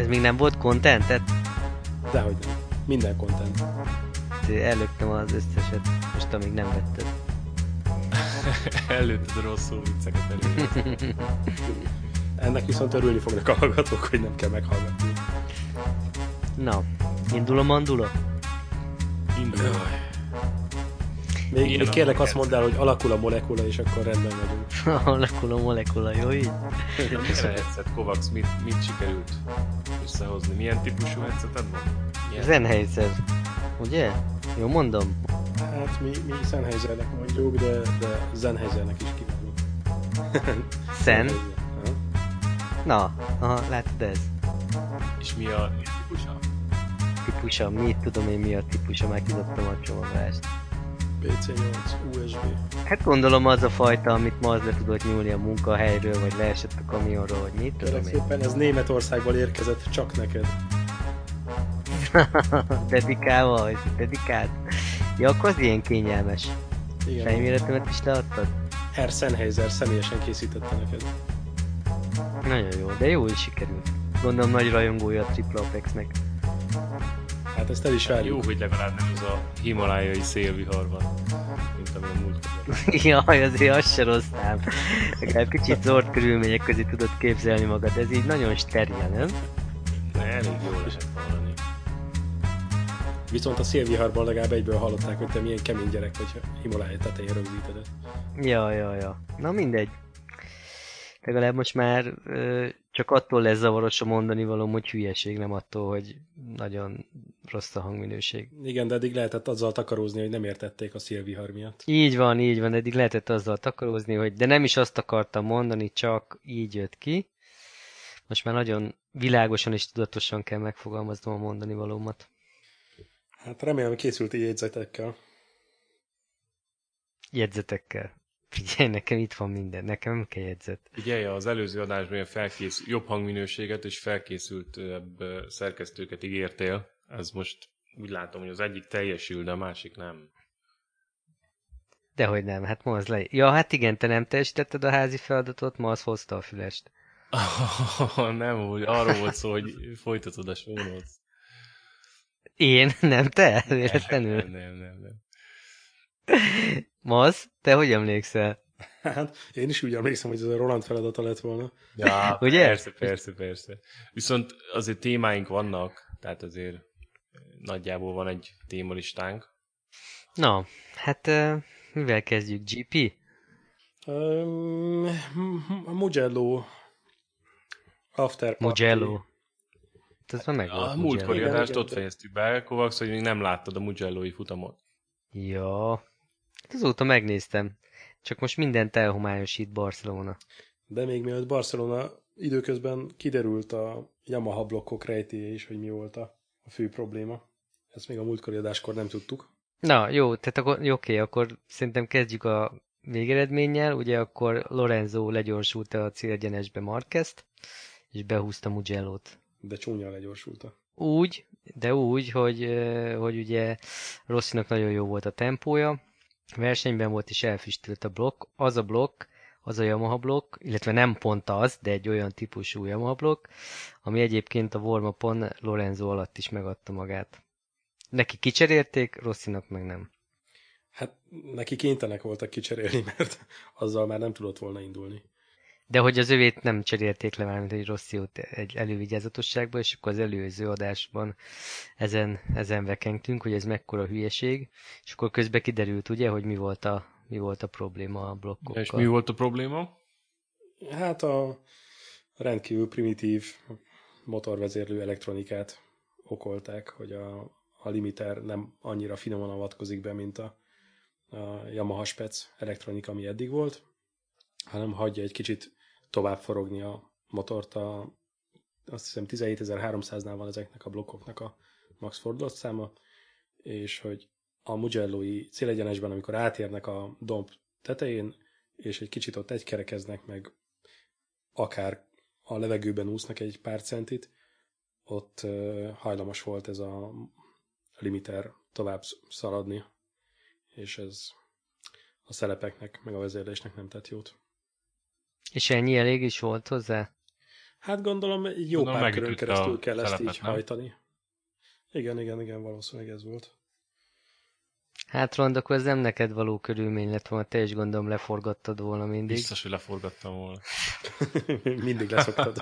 még nem volt contentet? Dehogy nem. Minden content. Előttem az összeset, most amíg nem vetted. Előtted a rosszul vicceket elő. Ennek viszont örülni fognak a hallgatók, hogy nem kell meghallgatni. Na, indulom, Andula? Indul. Még kérlek azt mondd el, hogy alakul a molekula, és akkor rendben vagyunk. Alakul a molekula, jó így? Milyen headset, Kovacs, mit sikerült összehozni? Milyen típusú headseted van? Sennheiser, ugye? Jó mondom? Hát mi Sennheisernek mondjuk, de Sennheisernek is kívánunk. Sen? Na, aha, látod ez? És mi a típusa? Típusa, mit tudom én mi a típusa, már kidobtam a csomagolást. PC8, USB. Hát gondolom az a fajta, amit ma az le tudott nyúlni a munkahelyről, vagy leesett a kamionról, vagy mit tudom én. Szépen ez Németországból érkezett csak neked. Dedikálva, vagy dedikált? Ja, akkor az ilyen kényelmes. Igen. Fejméretemet is leadtad? Herr Sennheiser személyesen készítette neked. Nagyon jó, de jó is sikerült. Gondolom nagy rajongója a Triple Apexnek. Hát ezt el is várjuk. Jó, hogy legalább nem az a himalájai szélvihar van, mint ami a múltkor. Jaj, azért azt se rossz szám. Legalább kicsit zord körülmények közé tudod képzelni magad, ez így nagyon steril, nem? De elég jól lehet hallani. Viszont a szélviharban legalább egyből hallották, hogy te milyen kemény gyerek vagy, Himalája tetején rögzíted. Ja. Na mindegy. Legalább most már csak attól lesz zavaros a mondani valóm, hogy hülyeség, nem attól, hogy nagyon rossz a hangminőség. Igen, de eddig lehetett azzal takarózni, hogy nem értették a szélvihar miatt. Így van, eddig lehetett azzal takarózni, hogy de nem is azt akartam mondani, csak így jött ki. Most már nagyon világosan és tudatosan kell megfogalmaznom a mondani valómat. Hát remélem készült jegyzetekkel. Jegyzetekkel. Figyelj, nekem itt van minden, nekem nem kell jegyzet. Figyelj, az előző adásban jobb hangminőséget és felkészültebb szerkesztőket ígértél. Ez most úgy látom, hogy az egyik teljesül, de a másik nem. Dehogy nem, hát ma az le... Ja, hát igen, te nem teljesítetted a házi feladatot, ma az hozta a fülest. Nem, úgy arról volt szó, hogy folytatod a show notes. Én? Nem te? Véletlenül? Nem. Maz, te hogy emlékszel? Hát, én is úgy emlékszem, hogy ez a Roland feladata lett volna. Ja, ugye? Persze. Viszont azért témáink vannak, tehát azért nagyjából van egy témalistánk. Na, hát mivel kezdjük? GP? A Mugello After Party. Mugello. Ez már meg volt A múltkori adást Igen. ott fejeztük be, Kovacs, hogy még nem láttad a Mugellói futamot. Ja. Hát azóta megnéztem. Csak most mindent elhomályosít Barcelona. De még mielőtt Barcelona időközben kiderült a Yamaha blokkok rejtélye is, hogy mi volt a fő probléma. Ezt még a múltkori adáskor nem tudtuk. Na, jó, tehát akkor, oké, akkor szerintem kezdjük a végeredménnyel. Ugye akkor Lorenzo legyorsult a célegyenesbe Marquezt, és behúzta Mugello-t. De csúnya legyorsulta. Úgy, hogy ugye Rossinak nagyon jó volt a tempója, versenyben volt és elfüstült a blokk. Az a blokk, az a Yamaha blokk, illetve nem pont az, de egy olyan típusú Yamaha blokk, ami egyébként a warm-upon Lorenzo alatt is megadta magát. Neki kicserélték, Rossinak meg nem. Hát neki kénytelenek voltak kicserélni, mert azzal már nem tudott volna indulni. De hogy az övét nem cserélték le, mármint egy Rossiót egy elővigyázatosságba, és akkor az előző adásban ezen vekengtünk, hogy ez mekkora hülyeség, és akkor közben kiderült ugye, hogy mi volt a probléma a blokkokkal. És mi volt a probléma? Hát a rendkívül primitív motorvezérlő elektronikát okolták, hogy a limiter nem annyira finoman avatkozik be, mint a Yamaha spec elektronika, ami eddig volt, hanem hagyja egy kicsit tovább forogni a motort. Azt hiszem 17.300-nál van ezeknek a blokkoknak a max fordulatszáma, és hogy a Mugello-i célegyenesben, amikor átérnek a domb tetején, és egy kicsit ott egykerekeznek, meg akár a levegőben úsznak egy pár centit, ott hajlamos volt ez a limiter tovább szaladni, és ez a szelepeknek, meg a vezérlésnek nem tett jót. És ennyi elég is volt hozzá? Hát gondolom, jó Gondolom pár körön megütötte keresztül a kell ezt szelepet, így nem? hajtani. Igen, valószínűleg ez volt. Hát Rond, akkor ez nem neked való körülmény lett volna, te is gondolom leforgattad volna mindig. Biztos, hogy leforgattam volna. Mindig leszoktad.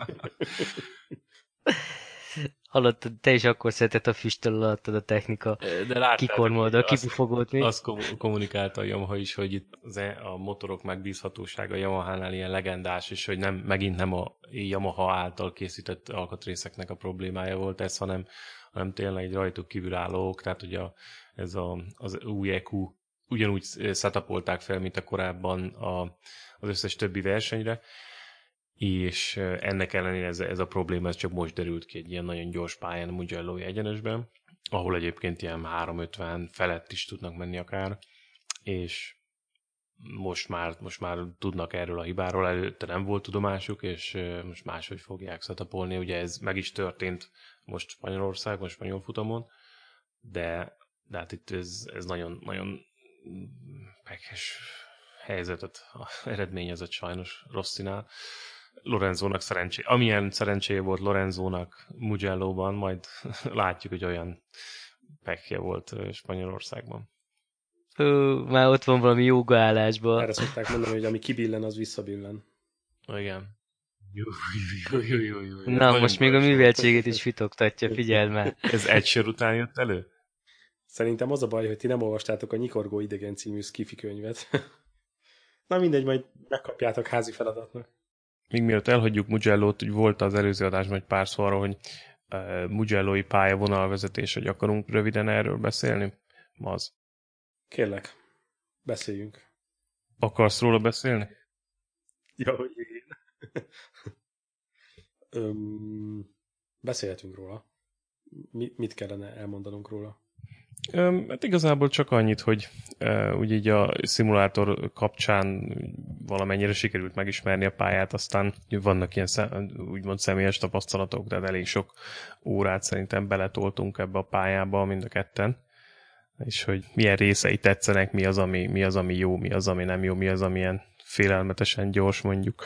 Hallottad, te is akkor szeretett a füsttől alattad a technika. De láttátok, Kikormolod, a kibufogót mi? azt kommunikálta a Yamaha is, hogy itt a motorok megbízhatósága a Yamahánál ilyen legendás, és hogy megint nem a Yamaha által készített alkatrészeknek a problémája volt ez, hanem tényleg egy rajtuk kívülállók, tehát ugye az új EQ ugyanúgy setupolták fel, mint a korábban az összes többi versenyre, és ennek ellenére ez a probléma ez csak most derült ki egy ilyen nagyon gyors pályán a Mugello-i egyenesben, ahol egyébként ilyen 350 felett is tudnak menni akár, és most már tudnak erről a hibáról, előtte nem volt tudomásuk, és most máshogy fogják setupolni. Ugye ez meg is történt most Spanyolországban, spanyol futamon, de hát itt ez nagyon, nagyon pekes helyzetet eredményezett sajnos Rossinál. Lorenzónak amilyen szerencséje volt Lorenzónak Mugello-ban, majd látjuk, hogy olyan pekje volt Spanyolországban. Már ott van valami jógaállásban. Erre szokták mondani, hogy ami kibillen, az visszabillen. Igen. Na, most még a műveltségét is fitoktatja, figyeld már. Ez egy sor után jött elő? Szerintem az a baj, hogy ti nem olvastátok a Nyikorgó idegen című skifi könyvet. Na mindegy, majd megkapjátok házi feladatnak. Még mielőtt elhagyjuk Mugello-t, úgy volt az előző adásban egy pár szó arról, hogy Mugello-i pályavonalvezetés, hogy akarunk röviden erről beszélni? Maz. Kérlek, beszéljünk. Akarsz róla beszélni? Ja, hogy én. Beszélhetünk róla. Mit kellene elmondanunk róla? Hát igazából csak annyit, hogy úgy így a szimulátor kapcsán valamennyire sikerült megismerni a pályát, aztán vannak ilyen úgymond személyes tapasztalatok, tehát elég sok órát szerintem beletoltunk ebbe a pályába mind a ketten, és hogy milyen részei tetszenek, mi az, ami jó, mi az, ami nem jó, mi az, ami ilyen félelmetesen gyors mondjuk.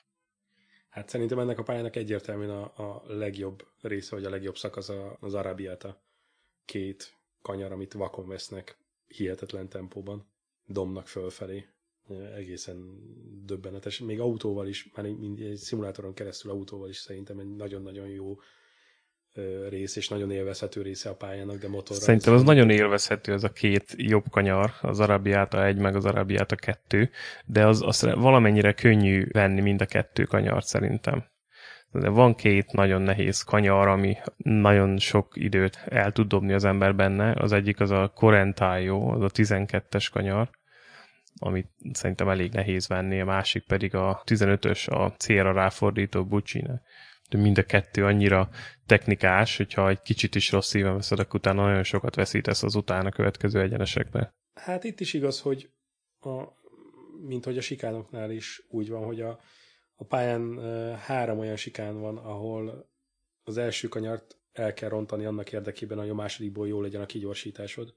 Hát szerintem ennek a pályának egyértelműen a legjobb része, vagy a legjobb szakasz az Arabiata. 2 kanyar, amit vakon vesznek hihetetlen tempóban, domnak fölfelé. Egészen döbbenetes. Még autóval is, már egy szimulátoron keresztül autóval is szerintem egy nagyon-nagyon jó rész, és nagyon élvezhető része a pályának, de motorral... Szerintem az nagyon élvezhető, az a 2 jobb kanyar, az Arabiata 1 meg az Arabiata 2, de az valamennyire könnyű venni mind a 2 kanyart szerintem. De van 2 nagyon nehéz kanyar, ami nagyon sok időt el tud dobni az ember benne. Az egyik az a Correntaio, az a 12-es kanyar, amit szerintem elég nehéz venni, a másik pedig a 15-ös, a célra ráfordító Buccine. De mind a 2 annyira technikás, hogyha egy kicsit is rossz szíven veszed, akkor utána nagyon sokat veszítesz az utána következő egyenesekbe. Hát itt is igaz, hogy mint hogy a sikánoknál is úgy van, hogy a pályán 3 olyan sikán van, ahol az első kanyart el kell rontani annak érdekében, hogy a másodikból jó legyen a kigyorsításod.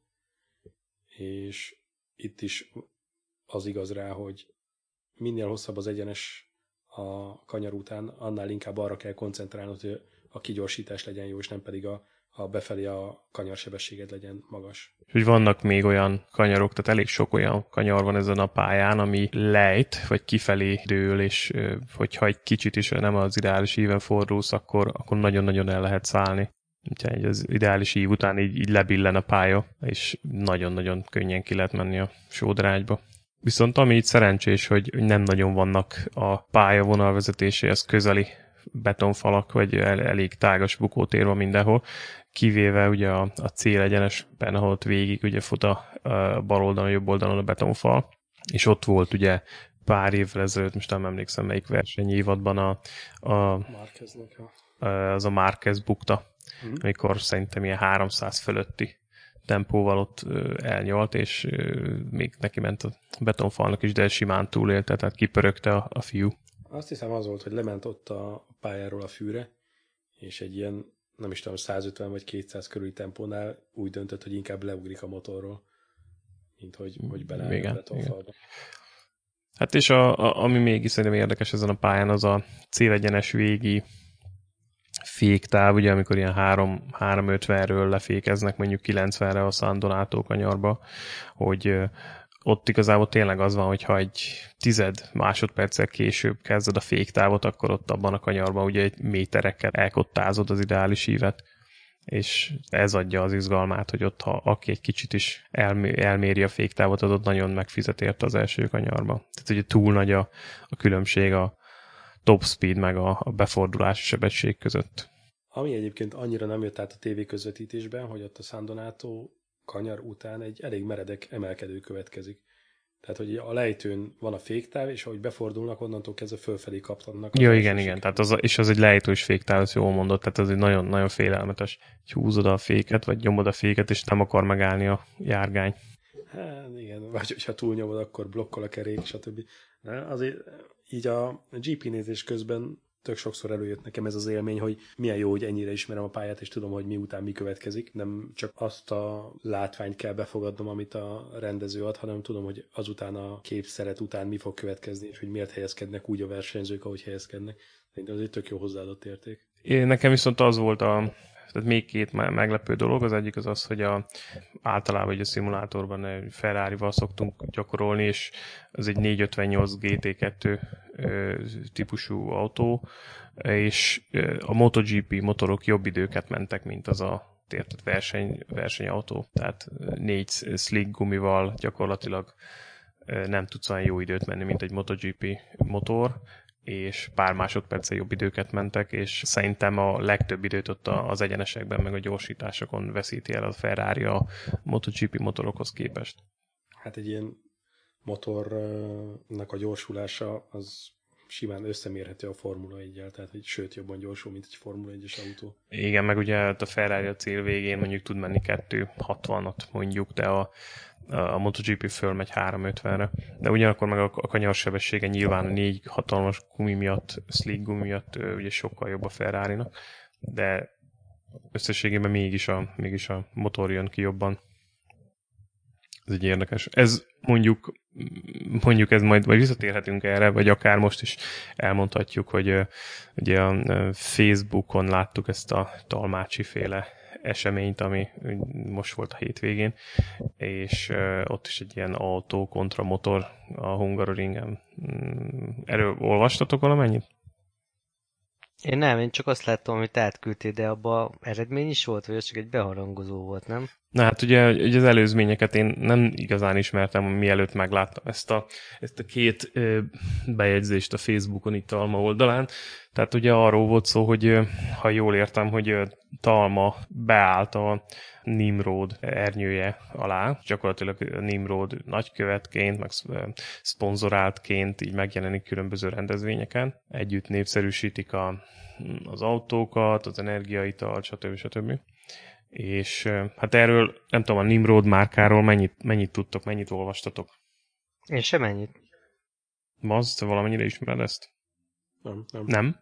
És itt is az igaz rá, hogy minél hosszabb az egyenes a kanyar után, annál inkább arra kell koncentrálnod, hogy a kigyorsítás legyen jó, és nem pedig a befelé a kanyarsebességed legyen magas. Hogy vannak még olyan kanyarok, tehát elég sok olyan kanyar van ezen a pályán, ami lejt, vagy kifelé dől, és hogyha egy kicsit is nem az ideális íven fordulsz, akkor nagyon-nagyon el lehet szállni. Úgyhogy az ideális ív után így lebillen a pálya, és nagyon-nagyon könnyen ki lehet menni a sódrágyba. Viszont ami itt szerencsés, hogy nem nagyon vannak a pálya vonalvezetéséhez közeli betonfalak, vagy elég tágas bukótér van mindenhol, kivéve ugye a célegyenesben, ahol ott végig ugye fut a bal oldalon, a jobb oldalon a betonfal, és ott volt ugye pár évvel ezelőtt, most nem emlékszem melyik versenyévadban az a Márquez bukta, amikor szerintem ilyen 300 fölötti tempóval ott elnyalt, és még neki ment a betonfalnak is, de simán túlélte, tehát kipörögte a fiú. Azt hiszem az volt, hogy lement ott a pályáról a fűre, és egy ilyen, nem is tudom, 150 vagy 200 körüli tempónál úgy döntött, hogy inkább leugrik a motorról, mint hogy beláll a betonfalba. Hát és ami még szerintem érdekes ezen a pályán, az a célegyenes végi féktáv, ugye amikor ilyen 350-ről lefékeznek mondjuk 90-re a San Donato kanyarba, hogy ott igazából tényleg az van, hogyha egy 10 másodperccel később kezded a féktávot, akkor ott abban a kanyarban ugye egy méterekkel elkottázod az ideális ívet, és ez adja az izgalmát, hogy ott ha aki egy kicsit is elméri a féktávot, az ott nagyon megfizet érte az első kanyarba. Tehát ugye túl nagy a különbség a top speed meg a befordulási sebesség között. Ami egyébként annyira nem jött át a tévé közvetítésben, hogy ott a San Donato kanyar után egy elég meredek emelkedő következik. Tehát, hogy a lejtőn van a féktáv, és ahogy befordulnak, onnantól kezdve fölfelé kaptatnak. Ja, igen. Tehát és az egy lejtős féktáv, azt jól mondott, tehát az egy nagyon, nagyon félelmetes. Hogy húzod a féket, vagy nyomod a féket, és nem akar megállni a járgány. Hát igen, vagy hogyha túlnyomod, akkor blokkol a kerék, stb. De azért így a GP nézés közben tök sokszor előjött nekem ez az élmény, hogy milyen jó, hogy ennyire ismerem a pályát, és tudom, hogy miután mi következik. Nem csak azt a látványt kell befogadnom, amit a rendező ad, hanem tudom, hogy azután a képszeret után mi fog következni, és hogy miért helyezkednek úgy a versenyzők, ahogy helyezkednek. Szerintem ez egy tök jó hozzáadott érték. Nekem viszont az volt tehát még két meglepő dolog. Az egyik az, hogy általában a szimulátorban egy Ferrari-val szoktunk gyakorolni, és ez egy 458 GT2 típusú autó, és a MotoGP motorok jobb időket mentek, mint az a versenyautó. Tehát 4 slick gumival gyakorlatilag nem tudsz olyan jó időt menni, mint egy MotoGP motor, és pár másodperccel jobb időket mentek, és szerintem a legtöbb időt ott az egyenesekben, meg a gyorsításokon veszíti el a Ferrari a MotoGP motorokhoz képest. Hát egy ilyen motornak a gyorsulása az simán összemérhető a Formula 1-jel, tehát hogy sőt jobban gyorsul, mint egy Formula 1-es autó. Igen, meg ugye a Ferrari a cél végén mondjuk tud menni 260-at mondjuk, de a MotoGP fölmegy 350-re, de ugyanakkor meg a kanyarsebessége nyilván a 4 hatalmas gumi miatt, slick gumi miatt ugye sokkal jobb a Ferrari-nak, de összességében mégis a motor jön ki jobban. Ez egy érdekes. Ez mondjuk ez majd visszatérhetünk erre, vagy akár most is elmondhatjuk, hogy ugye a Facebookon láttuk ezt a Talmácsi féle eseményt, ami most volt a hétvégén, és ott is egy ilyen autó kontra motor a Hungaroringen. Erről olvastatok valamennyit? Én csak azt láttam, amit átküldtél, de abban eredmény is volt, vagy az csak egy beharangozó volt, nem? Na hát ugye az előzményeket én nem igazán ismertem, mielőtt megláttam ezt a két bejegyzést a Facebookon itt Talma oldalán. Tehát ugye arról volt szó, hogy ha jól értem, hogy Talma beállt a Nimrod ernyője alá, gyakorlatilag a Nimrod nagykövetként, meg szponzoráltként így megjelenik különböző rendezvényeken. Együtt népszerűsítik az autókat, az energiaitalt, stb. És hát erről, nem tudom, a Nimrod márkáról mennyit tudtok, mennyit olvastatok? Én sem ennyit. Maz, te valamennyire ismered ezt? Nem? Nem?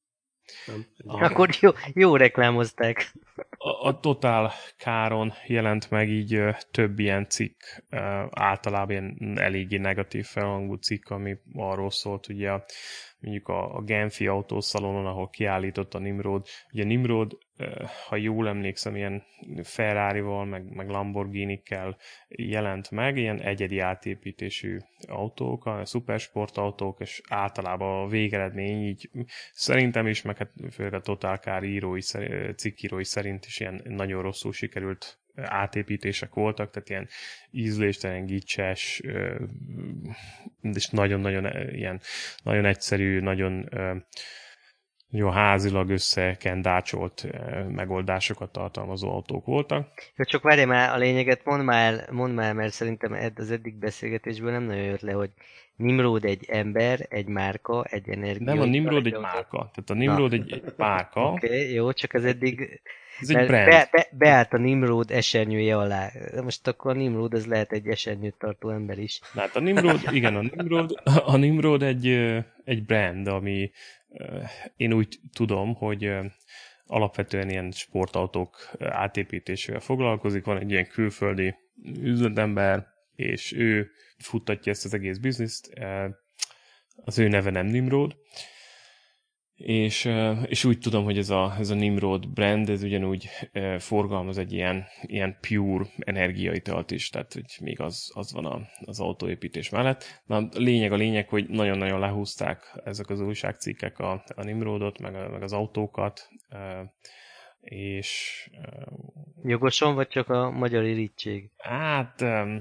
Akkor jó reklámozták. A Total Car-on jelent meg így több ilyen cikk, általában ilyen eléggé negatív felhangú cikk, ami arról szólt, ugye mondjuk a Genfi autószalonon, ahol kiállított a Nimrod. Ugye Nimrod, ha jól emlékszem, ilyen Ferrari-val, meg Lamborghini-kkel jelent meg, ilyen egyedi átépítésű autók, a szupersportautók, és általában a végeredmény így szerintem is, meg hát főleg a Total Car cikkírói szerint is ilyen nagyon rosszul sikerült átépítések voltak, tehát ilyen ízléstelen, gicses, és nagyon-nagyon ilyen nagyon egyszerű, nagyon jó házilag összekendácsolt megoldásokat tartalmazó autók voltak. Csak várj már a lényeget, mondd már, mert szerintem az eddig beszélgetésből nem nagyon jött le, hogy Nimrod egy ember, egy márka, egy energia. Nem, a Nimrod egy márka. Tehát a Nimrod egy márka. Oké, jó, csak az eddig... Ez egy brand. Beállt a Nimrod esernyője alá. Most akkor a Nimrod az lehet egy esernyőt tartó ember is. Hát a Nimrod, igen, a Nimrod egy brand, ami én úgy tudom, hogy alapvetően ilyen sportautók átépítésével foglalkozik. Van egy ilyen külföldi üzletember, és ő futtatja ezt az egész bizniszt. Az ő neve nem Nimrod. És úgy tudom, hogy ez a Nimrod brand, ez ugyanúgy forgalmaz egy ilyen pure energiaitalt is, tehát hogy még az van az autóépítés mellett. Na, a lényeg, hogy nagyon-nagyon lehúzták ezek az újságcikkek a Nimrodot, meg az autókat, és Jogosan, vagy csak a magyar irítség? hát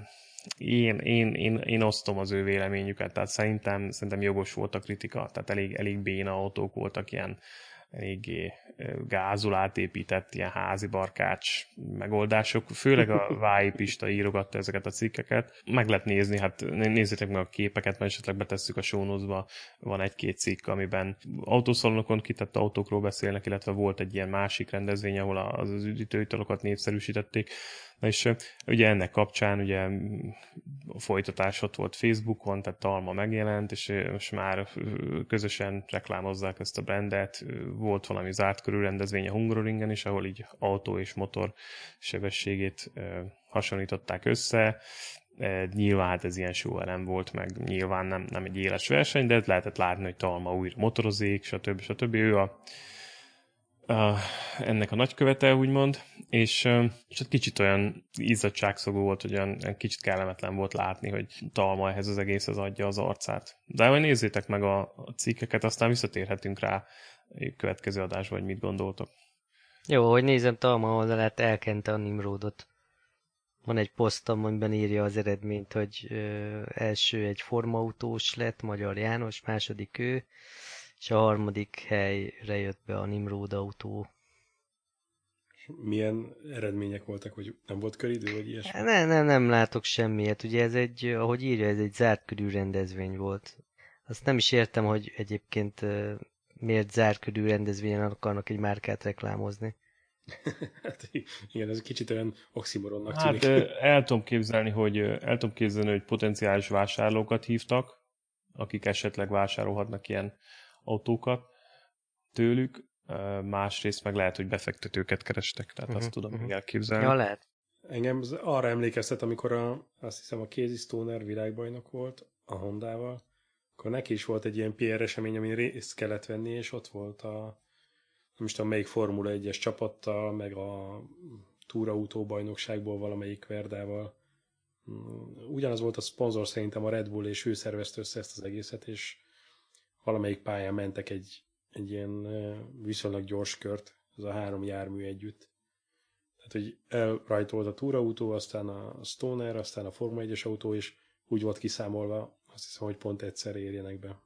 én osztom az ő véleményüket, tehát szerintem jogos volt a kritika, tehát elég béna autók voltak, ilyen eléggé gázul átépített ilyen házi barkács megoldások, főleg a Váj Pista írogatta ezeket a cikkeket. Meg lehet nézni, hát nézzétek meg a képeket, mert esetleg betesszük a show notes-ba, van egy-két cikk, amiben autószalonokon kitett autókról beszélnek, illetve volt egy ilyen másik rendezvény, ahol az üdítőitalokat népszerűsítették. Na és ugye ennek kapcsán ugye a folytatás ott volt Facebookon, tehát Talma megjelent, és most már közösen reklámozzák ezt a brandet. Volt valami zárt körű rendezvény a Hungaroringen is, ahol így autó és motor sebességét hasonlították össze. Nyilván hát ez ilyen show elem volt, meg nyilván nem egy éles verseny, de lehetett látni, hogy Talma újra motorozik, stb. Ő ennek a nagykövete, úgymond, és egy kicsit olyan izzadságszagú volt, hogy olyan kicsit kellemetlen volt látni, hogy Talma ehhez az egészhez adja az arcát. De majd nézzétek meg a cikkeket, aztán visszatérhetünk rá következő adásban, hogy mit gondoltok. Jó, hogy nézem, Talma oldalát elkente a Nimrodot. Van egy posztom, amiben írja az eredményt, hogy első egy formautós lett, Magyar János, második ő, és a harmadik helyre jött be a Nimrod autó. Milyen eredmények voltak, hogy nem volt köridő, vagy ilyesmi? Nem látok semmiet. Ugye ez egy, ahogy írja, ez egy zárt körű rendezvény volt. Azt nem is értem, hogy egyébként miért zárt körű rendezvényen akarnak egy márkát reklámozni. Hát igen, ez kicsit olyan oximoronnak tűnik. Hát el tudom képzelni, hogy potenciális vásárlókat hívtak, akik esetleg vásárolhatnak ilyen autókat tőlük, másrészt meg lehet, hogy befektetőket kerestek, tehát azt tudom még elképzelni. Ja, lehet. Engem arra emlékeztet, amikor azt hiszem a Casey Stoner világbajnok volt a Hondával, akkor neki is volt egy ilyen PR esemény, amin részt kellett venni, és ott volt nem is tudom melyik Formula 1-es csapattal, meg a túrautó bajnokságból valamelyik Verdával. Ugyanaz volt a szponzor szerintem a Red Bull, és ő szervezte össze ezt az egészet, és valamelyik pályán mentek egy ilyen viszonylag gyors kört, ez a 3 jármű együtt. Tehát, hogy elrajtolt a túrautó, aztán a Stoner, aztán a Forma 1-es autó, és úgy volt kiszámolva, azt hiszem, hogy pont egyszer érjenek be.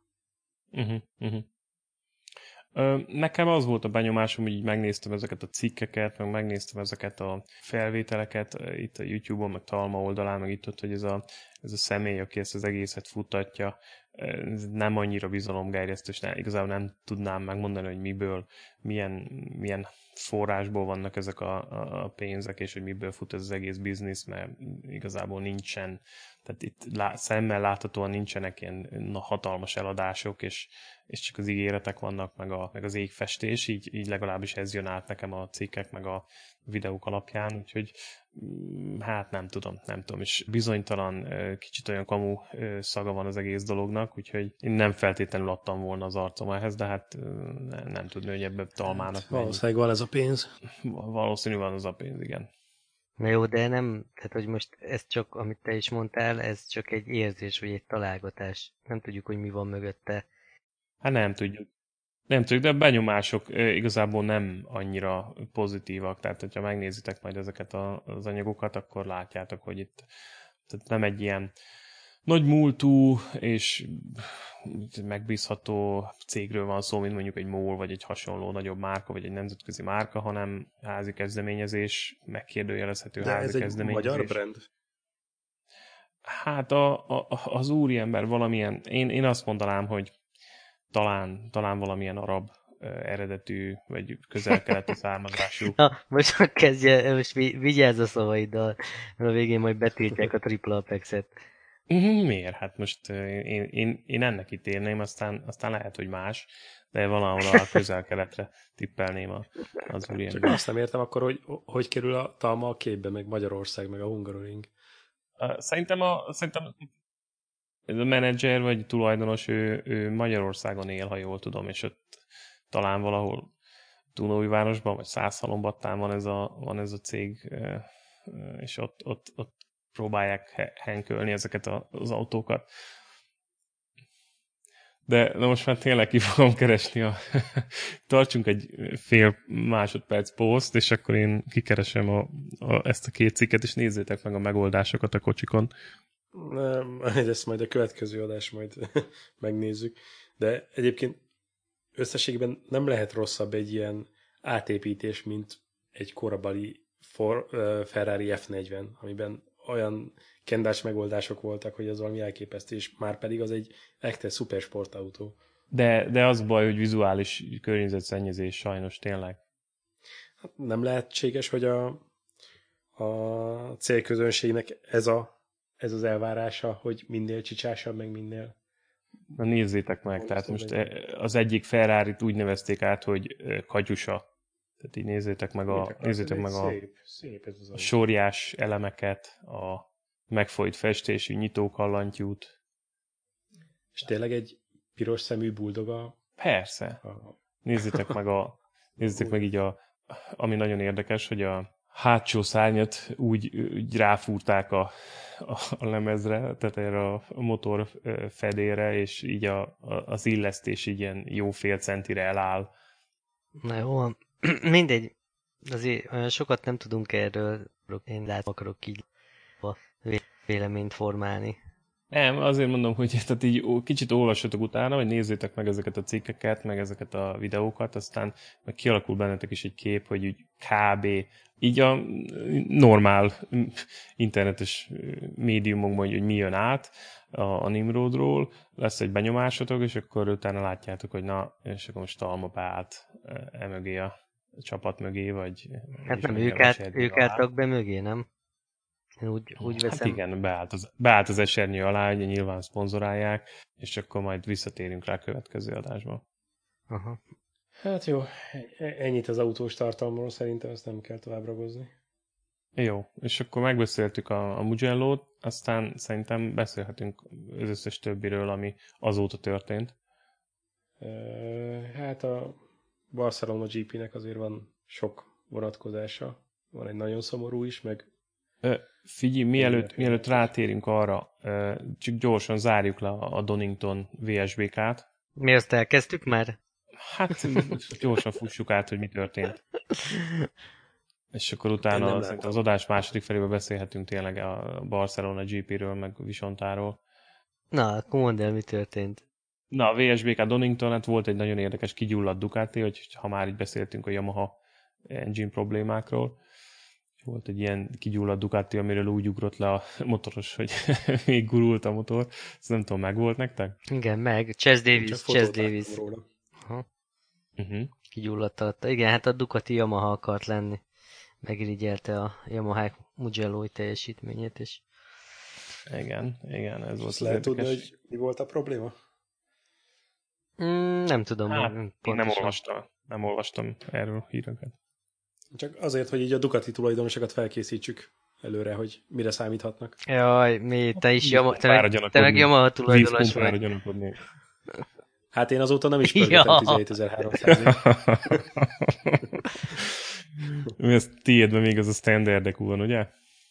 Nekem az volt a benyomásom, hogy így megnéztem ezeket a cikkeket, meg megnéztem ezeket a felvételeket itt a YouTube-on, meg Talma oldalán, meg itt ott, hogy ez a személy, aki ezt az egészet futtatja, nem annyira bizalomgerjesztő, és igazából nem tudnám megmondani, hogy miből, milyen forrásból vannak ezek a pénzek, és hogy miből fut ez az egész biznisz, mert igazából nincsen, tehát itt szemmel láthatóan nincsenek ilyen hatalmas eladások, és csak az ígéretek vannak, meg az égfestés, így legalábbis ez jön át nekem a cikkek, meg a videók alapján, úgyhogy hát nem tudom, és bizonytalan, kicsit olyan kamu szaga van az egész dolognak, úgyhogy én nem feltétlenül adtam volna az arcom ehhez, de hát nem tudni, hogy ebbe Talmának hát, valószínűleg van ez a pénz. Valószínű van az a pénz, igen. Na jó, de nem, tehát hogy most ez csak, amit te is mondtál, ez csak egy érzés, vagy egy találgatás. Nem tudjuk, hogy mi van mögötte. Hát nem tudjuk, de a benyomások igazából nem annyira pozitívak, tehát hogyha megnézitek majd ezeket az anyagokat, akkor látjátok, hogy itt tehát nem egy ilyen nagy múltú és megbízható cégről van szó, mint mondjuk egy MOL, vagy egy hasonló nagyobb márka, vagy egy nemzetközi márka, hanem házi kezdeményezés, megkérdőjelezhető házi kezdeményezés. De ez egy magyar brand? Hát az úriember valamilyen, én azt mondanám, hogy talán valamilyen arab eredetű, vagy közel-keleti származású. Na, most vigyázz a szavaiddal, mert a végén majd betiltják a Triple Apex-et. Miért? Hát most én ennek ítélném, aztán lehet, hogy más, de valahol a közel-keletre tippelném az úriember. Csak azt nem értem akkor, hogy kerül a Talma a képbe, meg Magyarország, meg a Hungaroring. Szerintem ez a menedzser vagy tulajdonos, ő Magyarországon él, ha jól tudom, és ott talán valahol Dunaújvárosban, vagy Szászhalombattán van ez a cég, és ott próbálják henkölni ezeket az autókat. De na most már tényleg ki fogom keresni tartsunk egy fél másodperc poszt, és akkor én kikeresem ezt a két cikket, és nézzétek meg a megoldásokat a kocsikon. Ezt majd a következő adás majd megnézzük. De egyébként összességében nem lehet rosszabb egy ilyen átépítés, mint egy korabeli Ferrari F40, amiben olyan kendás megoldások voltak, hogy az valami elképesztő, és már pedig az egy ekte szuper sportautó. De az baj, hogy vizuális környezetszennyezés sajnos tényleg. Hát nem lehetséges, hogy a célközönségnek ez az elvárása, hogy minél csicsásabb, meg minél... Na nézzétek meg, tehát most az egyik Ferrarit úgy nevezték át, hogy Katyusa. Tehát így nézzétek meg szép ez a sorjás elemeket, a megfojt festésű nyitókallantyút. És tényleg egy piros szemű buldoga? Persze. Nézzétek meg így ami nagyon érdekes, hogy a hátsó szárnyat úgy ráfúrták a lemezre, tehát erre a motor fedélre, és így az illesztés így ilyen jó fél centire eláll. Na jó, mindegy. Azért olyan sokat nem tudunk erről, én akarok így a véleményt formálni. Nem, azért mondom, hogy tehát így kicsit olvassatok utána, vagy nézzétek meg ezeket a cikkeket, meg ezeket a videókat, aztán meg kialakul bennetek is egy kép, hogy úgy kb. Így a normál internetes médiumokban, hogy mi jön át a Nimrodról, lesz egy benyomásotok, és akkor utána látjátok, hogy na, és akkor most Alma beállt mögé a csapat mögé, vagy... Hát nem, ők álltak be mögé, nem? Én úgy veszem. Hát igen, beállt az esernyő alá, ugye nyilván szponzorálják, és akkor majd visszatérünk rá a következő adásban. Aha. Hát jó, ennyit az autós tartalomról, szerintem ezt nem kell tovább ragozni. Jó, és akkor megbeszéltük a Mugello-t, aztán szerintem beszélhetünk az összes többiről, ami azóta történt. Hát a Barcelona GP-nek azért van sok vonatkozása. Van egy nagyon szomorú is, meg... Figyelj, mielőtt rátérünk arra, csak gyorsan zárjuk le a Donington VSBK-t. Mi azt elkezdtük már? Hát gyorsan fussuk át, hogy mi történt. És akkor utána az adás második felében beszélhetünk tényleg a Barcelona GP-ről, meg Visontáról. Na, akkor mondd el, mi történt. Na, a VSBK Donington, hát volt egy nagyon érdekes kigyulladt Ducati, hogy ha már így beszéltünk a Yamaha engine problémákról. Volt egy ilyen kigyulladt Ducati, amiről úgy ugrott le a motoros, hogy még gurult a motor. Ezt nem tudom, meg volt nektek? Igen, meg. Chase Davis. Kigyulladt alatta. Igen, hát a Ducati Yamaha akart lenni. Megirigyelte a Yamaha Mugello-i teljesítményét, és... Igen, ez volt. Lehet tudni, hogy mi volt a probléma? Nem tudom. Hát, nem olvastam erről híreket. Csak azért, hogy így a Ducati tulajdonosokat felkészítsük előre, hogy mire számíthatnak. Jaj, mi? Te is te meg Yamaha tulajdonos vagy. Hát én azóta nem is pörgetem 17.300-ig. Ez tiédben még az a standardek van, ugye?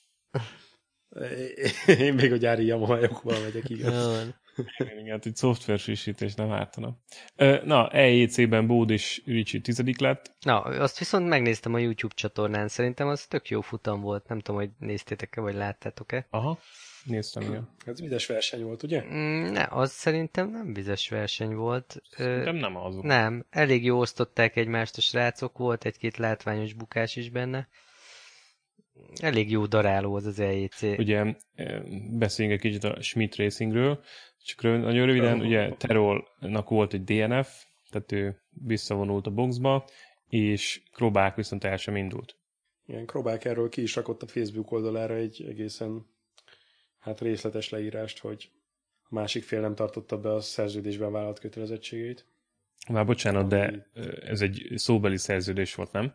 Én még a gyári Yamaha-jokban megyek, igaz. Igen, hát egy szoftver frissítés nem ártana. Na, EJC-ben Bód és Ricci 10. lett. Na, azt viszont megnéztem a YouTube csatornán, szerintem az tök jó futam volt. Nem tudom, hogy néztétek-e, vagy láttátok-e. Aha, néztem, igen. Ez vizes verseny volt, ugye? Ne, az szerintem nem vizes verseny volt. Szerintem nem az volt. Nem, elég jó osztották egymást a srácok, volt egy-két látványos bukás is benne. Elég jó daráló az EJC. Ugye beszéljünk egy kicsit a Schmidt Racingről, csak nagyon röviden, ugye Terolnak volt egy DNF, tehát ő visszavonult a boxba, és Krobák viszont el sem indult. Igen, Krobák erről ki is rakott a Facebook oldalára egy egészen részletes leírást, hogy a másik fél nem tartotta be a szerződésben vállalt kötelezettségeit. Már bocsánat, de ez egy szóbeli szerződés volt, nem?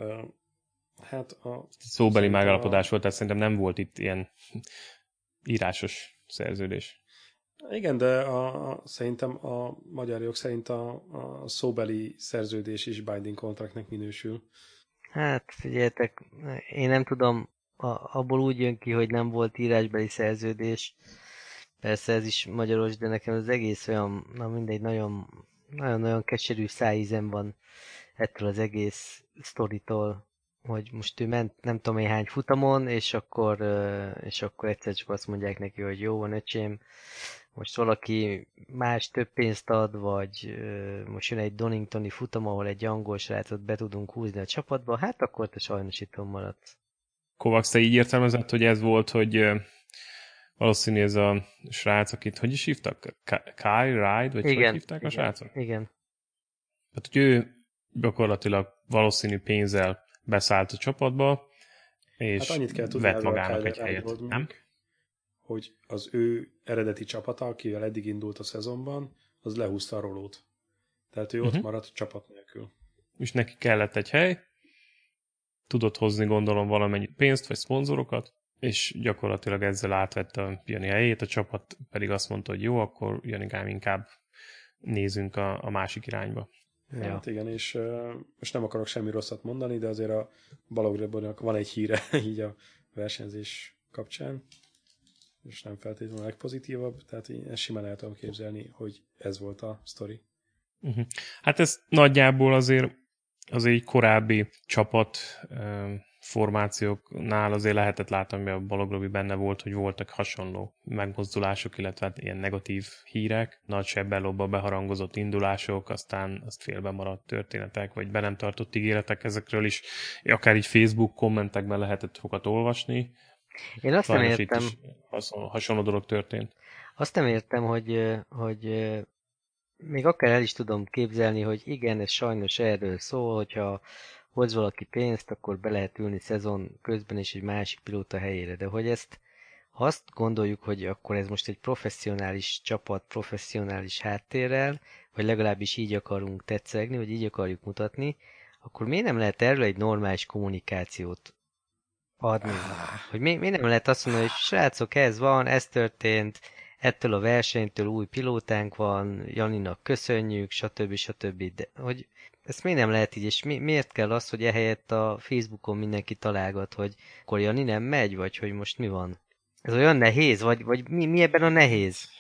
Szóbeli megállapodás volt, tehát szerintem nem volt itt ilyen írásos szerződés. Igen, de szerintem a magyar jog szerint a szóbeli szerződés is binding contractnek minősül. Hát figyeljetek, én nem tudom, abból úgy jön ki, hogy nem volt írásbeli szerződés. Persze ez is magyaros, de nekem az egész olyan, na mindegy, nagyon keserű szájízem van ettől az egész sztoritól, hogy most ő ment nem tudom én hány futamon, és akkor egyszer csak azt mondják neki, hogy jó van öcsém, most valaki más több pénzt ad, vagy most jön egy Doningtoni futam, ahol egy angol srácot be tudunk húzni a csapatba, hát akkor te sajnos itthon maradsz. Kovacs, te így értelmezett, hogy ez volt, hogy valószínű ez a srác, akit hogy is hívtak? Kyle Ride? Vagy hogy hívták a srácot? Igen. Hát, hogy ő gyakorlatilag valószínű pénzzel beszállt a csapatba, és Hát annyit kell tudni vett erről a magának Kyle egy helyet, Ride-ról, nem? hogy az ő eredeti csapata, akivel eddig indult a szezonban, az lehúzta a rolót. Tehát ő ott maradt csapat nélkül. És neki kellett egy hely, tudott hozni gondolom valamennyi pénzt, vagy szponzorokat, és gyakorlatilag ezzel átvette a Jani helyét, a csapat pedig azt mondta, hogy jó, akkor Janikám inkább nézzünk a másik irányba. Ja. Hát igen, és most nem akarok semmi rosszat mondani, de azért a Balogrebónak van egy híre így a versenyzés kapcsán, és nem feltétlenül a legpozitívabb, tehát én ezt simán el tudom képzelni, hogy ez volt a sztori. Hát ez nagyjából azért egy korábbi csapat formációknál azért lehetett látni, hogy a Balogrobi benne volt, hogy voltak hasonló megmozdulások, illetve hát ilyen negatív hírek, nagy sebbellóba beharangozott indulások, aztán azt félbe maradt történetek, vagy be nem tartott ígéretek, ezekről is akár így Facebook kommentekben lehetett sokat olvasni. Én azt nem értem. Itt is hasonló dolog történt. Azt nem értem, hogy még akár el is tudom képzelni, hogy igen, ez sajnos erről szól, hogyha hoz valaki pénzt, akkor be lehet ülni szezon közben is egy másik pilóta helyére, de hogy ha azt gondoljuk, hogy akkor ez most egy professzionális csapat, professzionális háttérrel, vagy legalábbis így akarunk tetszegni, vagy így akarjuk mutatni, akkor miért nem lehet erről egy normális kommunikációt adni? Hogy miért nem lehet azt mondani, hogy srácok, ez van, ez történt, ettől a versenytől új pilótánk van, Janinak köszönjük, stb. De hogy ezt miért nem lehet így, és miért kell az, hogy ehelyett a Facebookon mindenki találgat, hogy akkor Jani nem megy, vagy hogy most mi van? Ez olyan nehéz, vagy mi ebben a nehéz?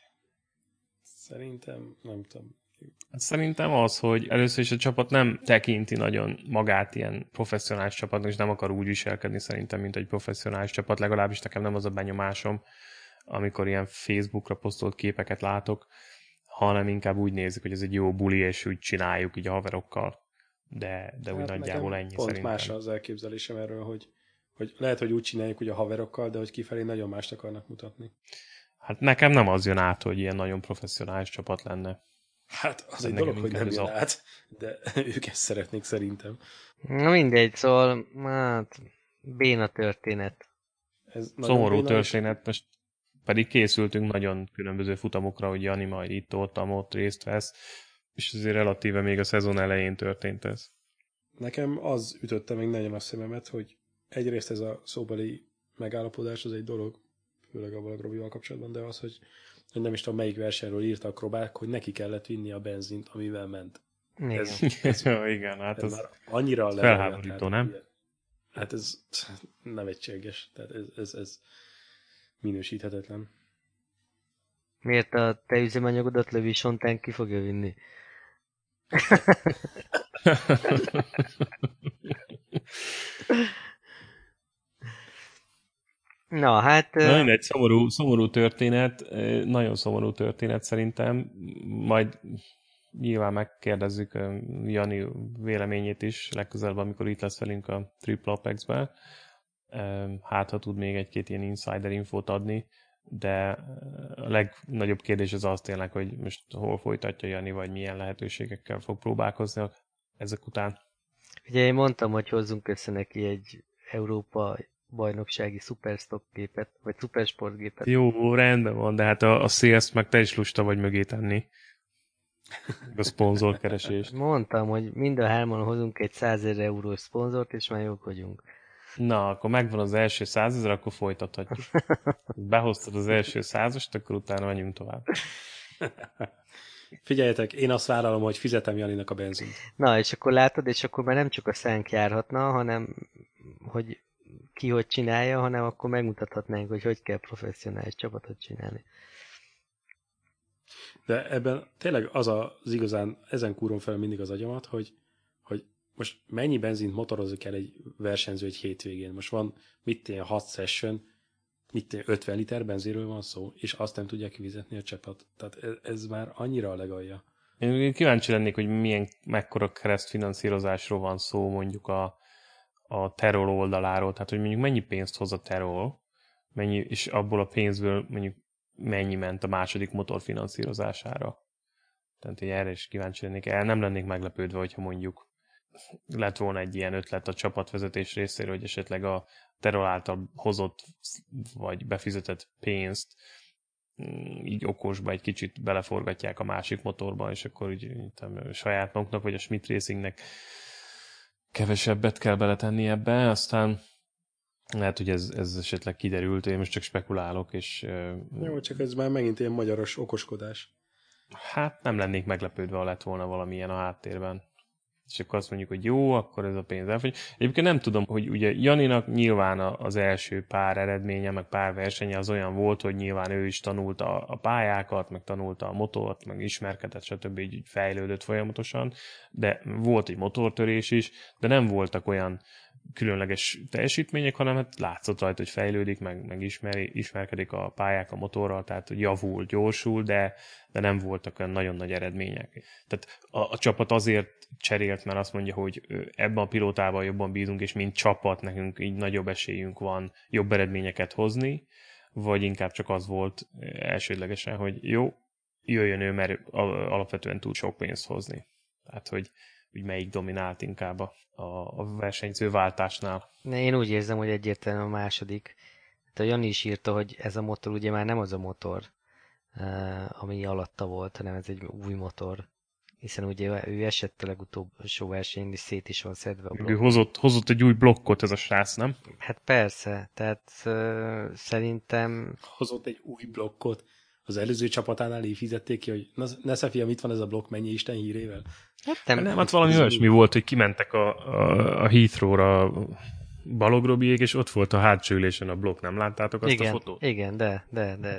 Szerintem, nem tudom. Szerintem az, hogy először is a csapat nem tekinti nagyon magát ilyen professzionális csapatnak, és nem akar úgy viselkedni szerintem, mint egy professzionális csapat, legalábbis nekem nem az a benyomásom, amikor ilyen Facebookra posztolt képeket látok, hanem inkább úgy nézik, hogy ez egy jó buli, és úgy csináljuk így a haverokkal. De úgy Hát nagyjából ennyi pont szerintem. más az elképzelésem erről, hogy lehet, hogy úgy csináljuk, hogy a haverokkal, de hogy kifelé nagyon mást akarnak mutatni. Hát nekem nem az jön át, hogy ilyen nagyon professzionális csapat lenne. Hát az egy dolog, hogy nem jön át, de ők ezt szeretnék szerintem. Na mindegy, szóval, hát, béna történet. Ez szomorú történet, most pedig készültünk nagyon különböző futamokra, hogy Jani majd itt-ott részt vesz, és azért relatíve még a szezon elején történt ez. Nekem az ütötte meg nagyon a szememet, hogy egyrészt ez a szóbeli megállapodás az egy dolog, főleg a Balagrobival kapcsolatban, de az, hogy nem is tudom melyik versenyről írtak Robák, hogy neki kellett vinni a benzint, amivel ment. Igen. Igen, hát ez az már annyira felháborító, nem? Hát ez nem egységes, tehát ez minősíthetetlen. Miért a te üzemanyagodat Lövi Sontán ki fogja vinni? Na, hát... Na, egy szomorú történet, nagyon szomorú történet szerintem. Majd nyilván megkérdezzük Jani véleményét is legközelebb, amikor itt lesz velünk a Triple Apex-ben. Hát, ha tud még egy-két ilyen insider infót adni, de a legnagyobb kérdés az tényleg, hogy most hol folytatja Jani, vagy milyen lehetőségekkel fog próbálkozni ezek után. Ugye én mondtam, hogy hozzunk össze neki egy Európa bajnoksági szuperstock gépet, vagy szupersport gépet. Jó, rendben van, de hát a sales meg te is lusta vagy mögé tenni. A szponzorkeresést. Mondtam, hogy mind a hárman hozunk egy 100 000 eurós szponzort, és már jók vagyunk. Na, akkor megvan az első 100 000, akkor folytathatjuk. Behoztad az első 100-ast, akkor utána menjünk tovább. Figyeljetek, én azt vállalom, hogy fizetem Janinak a benzint. Na, és akkor látod, és akkor már nem csak a szánk járhatna, hanem hogy ki hogy csinálja, hanem akkor megmutathatnánk, hogy kell professzionális csapatot csinálni. De ebben tényleg az igazán, ezen kúrom fel mindig az agyamat, hogy most mennyi benzint motorozik el egy versenyző egy hétvégén. Most van, 6 session, 50 liter benzinről van szó, és azt nem tudják kifizetni a csapat. Tehát ez már annyira a legalja. Én kíváncsi lennék, hogy mekkora keresztfinanszírozásról van szó mondjuk a Terol oldaláról. Tehát, hogy mondjuk mennyi pénzt hoz a Terol, és abból a pénzből mondjuk mennyi ment a második motor finanszírozására. Tehát, hogy erre is kíváncsi lennék. Nem lennék meglepődve, hogyha mondjuk lett volna egy ilyen ötlet a csapatvezetés részéről, hogy esetleg a Terol által hozott vagy befizetett pénzt így okosba egy kicsit beleforgatják a másik motorba, és akkor úgy saját maguknak, vagy a Schmidt Racingnek kevesebbet kell beletenni ebbe, aztán lehet, hogy ez esetleg kiderült, én most csak spekulálok, és... Jó, csak ez már megint ilyen magyaros okoskodás. Hát nem lennék meglepődve, ha lett volna valamilyen a háttérben. És akkor azt mondjuk, hogy jó, akkor ez a pénz elfogy. Egyébként nem tudom, hogy ugye Janinak nyilván az első pár eredménye, meg pár versenye az olyan volt, hogy nyilván ő is tanulta a pályákat, meg tanulta a motort, meg ismerkedett, stb. Így fejlődött folyamatosan, de volt egy motortörés is, de nem voltak olyan különleges teljesítmények, hanem hát látszott rajta, hogy fejlődik, meg ismerkedik a pályák a motorral, tehát hogy javul, gyorsul, de nem voltak olyan nagyon nagy eredmények. Tehát a csapat azért cserélt, mert azt mondja, hogy ebben a pilótában jobban bízunk, és mint csapat nekünk így nagyobb esélyünk van jobb eredményeket hozni, vagy inkább csak az volt elsődlegesen, hogy jó, jöjjön ő, mert alapvetően tud sok pénzt hozni. Tehát, hogy melyik dominált inkább a versenyző váltásnál. Én úgy érzem, hogy egyértelműen a második. Hát a Jani is írta, hogy ez a motor ugye már nem az a motor, ami alatta volt, hanem ez egy új motor. Hiszen ugye ő esett a legutolsó versenyen, és szét is van szedve a blokk. Ő hozott egy új blokkot ez a srác, nem? Hát persze, tehát szerintem... Hozott egy új blokkot. Az előző csapatánál így fizették ki, hogy ne Szefia, mit van ez a blokk, mennyi Isten hírével? Hát valami olyasmi volt, hogy kimentek a Heathrow-ra Balog Robiék, és ott volt a hátsó ülésen a blokk, nem láttátok azt a fotót? Igen, de.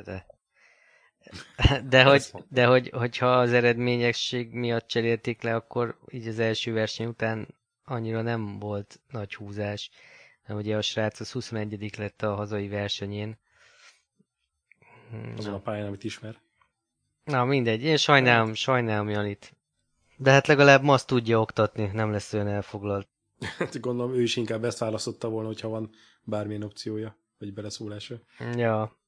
Hogyha az eredményesség miatt cserélték le, akkor így az első verseny után annyira nem volt nagy húzás. Mert ugye a srác az 21. lett a hazai versenyén. Azon a pályán, amit ismer. Na mindegy, én sajnálom Janit. De hát legalább ma azt tudja oktatni, nem lesz olyan elfoglalt. Hát gondolom, ő is inkább ezt választotta volna, hogyha van bármilyen opciója, vagy beleszólása. Ja.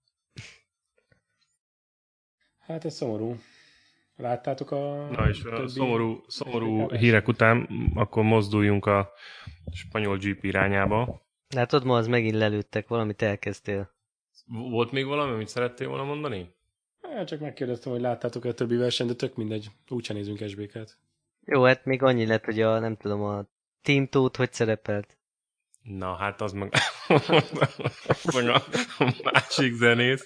Hát ez szomorú. Láttátok a... Na és a szomorú hírek után akkor mozduljunk a spanyol GP irányába. Látod, ma az megint lelőttek, valamit elkezdtél. Volt még valami, amit szerettél volna mondani? Hát csak megkérdeztem, hogy láttátok-e a többi versenyt, de tök mindegy. Úgyse nézünk SBK-t. Jó, hát még annyi lett, hogy nem tudom, a Team Tóth hogy szerepelt. Na, hát az meg a másik zenész.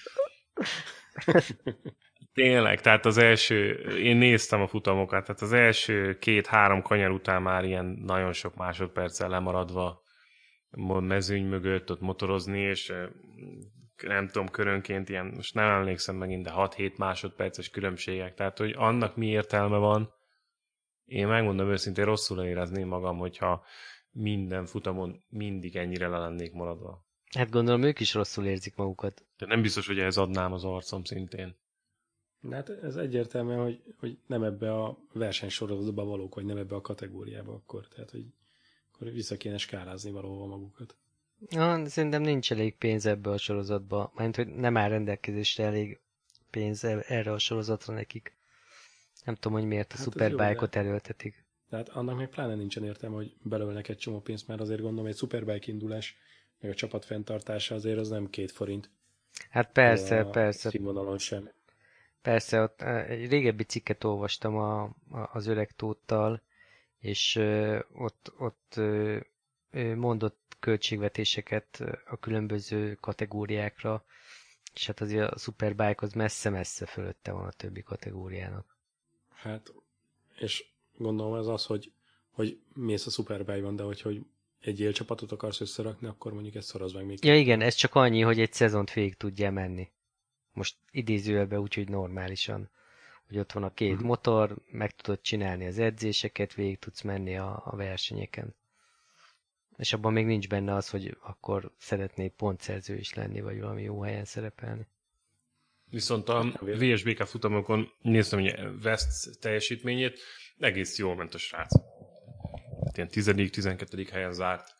Tényleg, tehát az első, én néztem a futamokat, tehát az első 2-3 kanyar után már ilyen nagyon sok másodperccel lemaradva mezőny mögött ott motorozni, és nem tudom, körönként ilyen, most nem emlékszem megint, de 6-7 másodperces különbségek, tehát hogy annak mi értelme van, én megmondom őszintén, rosszul érezném magam, hogyha minden futamon mindig ennyire le lennék maradva. Hát gondolom, ők is rosszul érzik magukat. De nem biztos, hogy ehhez adnám az arcom szintén. Hát ez egyértelműen, hogy nem ebbe a versenysorozatba valók, vagy nem ebbe a kategóriába akkor. Tehát, hogy akkor vissza kéne skálázni valahova magukat. Szerintem nincs elég pénz ebbe a sorozatba. Mármint, hogy nem áll rendelkezésre elég pénz erre a sorozatra nekik. Nem tudom, hogy miért a Superbike-ot erőltetik. Tehát annak még pláne nincsen értelme, hogy belőlnek egy csomó pénzt, mert azért gondolom, egy Superbike indulás, meg a csapat fenntartása azért az nem 2 forint. Hát persze. Színvonalon sem. Persze, ott egy régebbi cikket olvastam az öreg Tóttal, és ott mondott költségvetéseket a különböző kategóriákra, és hát azért a Superbike az messze-messze fölötte van a többi kategóriának. Hát, és gondolom ez az, hogy mész a Superbike-ban, de hogy egy élcsapatot akarsz összerakni, akkor mondjuk ezt szorozd meg még. Ja igen, ez csak annyi, hogy egy szezont végig tudja menni. Most idézőjelben úgy, hogy normálisan. Hogy ott van a két motor, meg tudod csinálni az edzéseket, végig tudsz menni a versenyeken. És abban még nincs benne az, hogy akkor szeretnél pontszerző is lenni, vagy valami jó helyen szerepelni. Viszont a VSBK futamokon néztem ugye West teljesítményét, egész jól ment a srác. Hát ilyen 10.-12. helyen zárt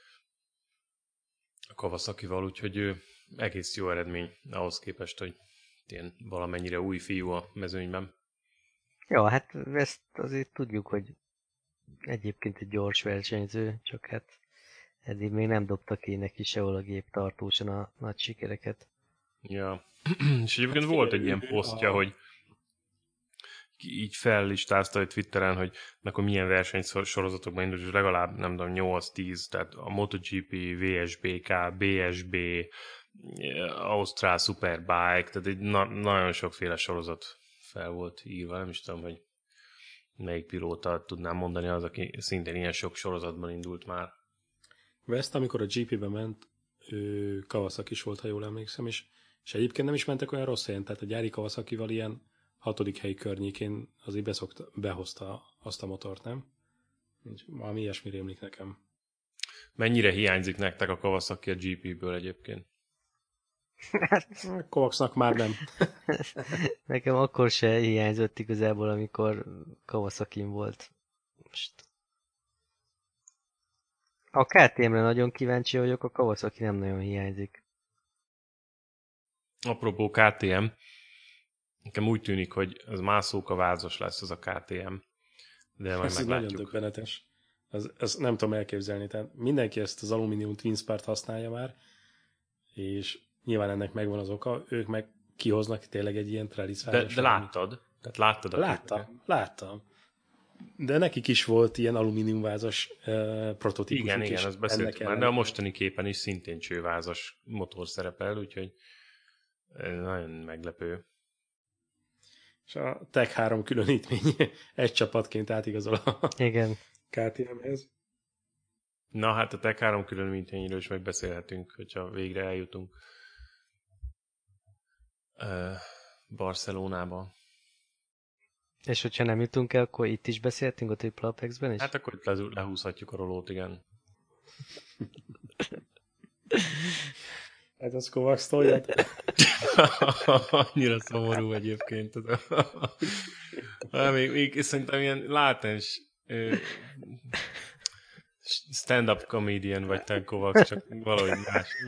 a Kawasakival, úgyhogy ő egész jó eredmény ahhoz képest, hogy ilyen valamennyire új fiú a mezőnyben. Ja, hát ezt azért tudjuk, hogy egyébként egy gyors versenyző, csak hát eddig még nem dobta ki neki sehol a gép tartósan a nagy sikereket. Ja, és egyébként volt egy ilyen posztja, hogy így fellistázta a Twitteren, hogy akkor milyen versenysorozatokban indult, és legalább, nem tudom, 8-10, tehát a MotoGP, VSBK, BSB, Ausztrál Superbike, tehát egy nagyon sokféle sorozat fel volt írva, nem is tudom, hogy melyik pilóta tudnám mondani az, aki szintén ilyen sok sorozatban indult már. West, amikor a GP-be ment, Kawasaki is volt, ha jól emlékszem, és egyébként nem is mentek olyan rossz helyen, tehát a gyári Kawasakival ilyen 6. hely környékén azért behozta azt a motort, nem? Valami ilyesmi rémlik nekem. Mennyire hiányzik nektek a Kawasaki a GP-ből egyébként? Kovacsnak már nem. Nekem akkor se hiányzott igazából, amikor Kawasakin volt. Most. A KTM-re nagyon kíváncsi vagyok, a Kawasaki nem nagyon hiányzik. Apropó KTM, nekem úgy tűnik, hogy ez mászóka vázos lesz az a KTM, de majd ez meglátjuk. Nagyon döbbenetes. Ez nem tudom elképzelni. Tehát mindenki ezt az alumínium Twinspart használja már, és nyilván ennek megvan az oka, ők meg kihoznak tényleg egy ilyen traliszvázas. De láttad? Tehát láttad a Láttam. De nekik is volt ilyen alumíniumvázas prototípusuk. Igen, azt beszéltük már, de a mostani képen is szintén csővázas motor szerepel, úgyhogy nagyon meglepő. És a Tech 3 különítmény egy csapatként átigazol a KTM-hez. Na hát a Tech 3 különítményről is megbeszélhetünk, hogyha végre eljutunk Barcelonába. És hogyha nem jutunk el, akkor itt is beszéltünk a Triple Apex-ben is? Hát akkor itt lehúzhatjuk a rolót, igen. Hát az Kovacs tolját. Annyira szomorú egyébként. Még szerintem ilyen látens stand-up comedian vagy te, Kovacs, csak valahogy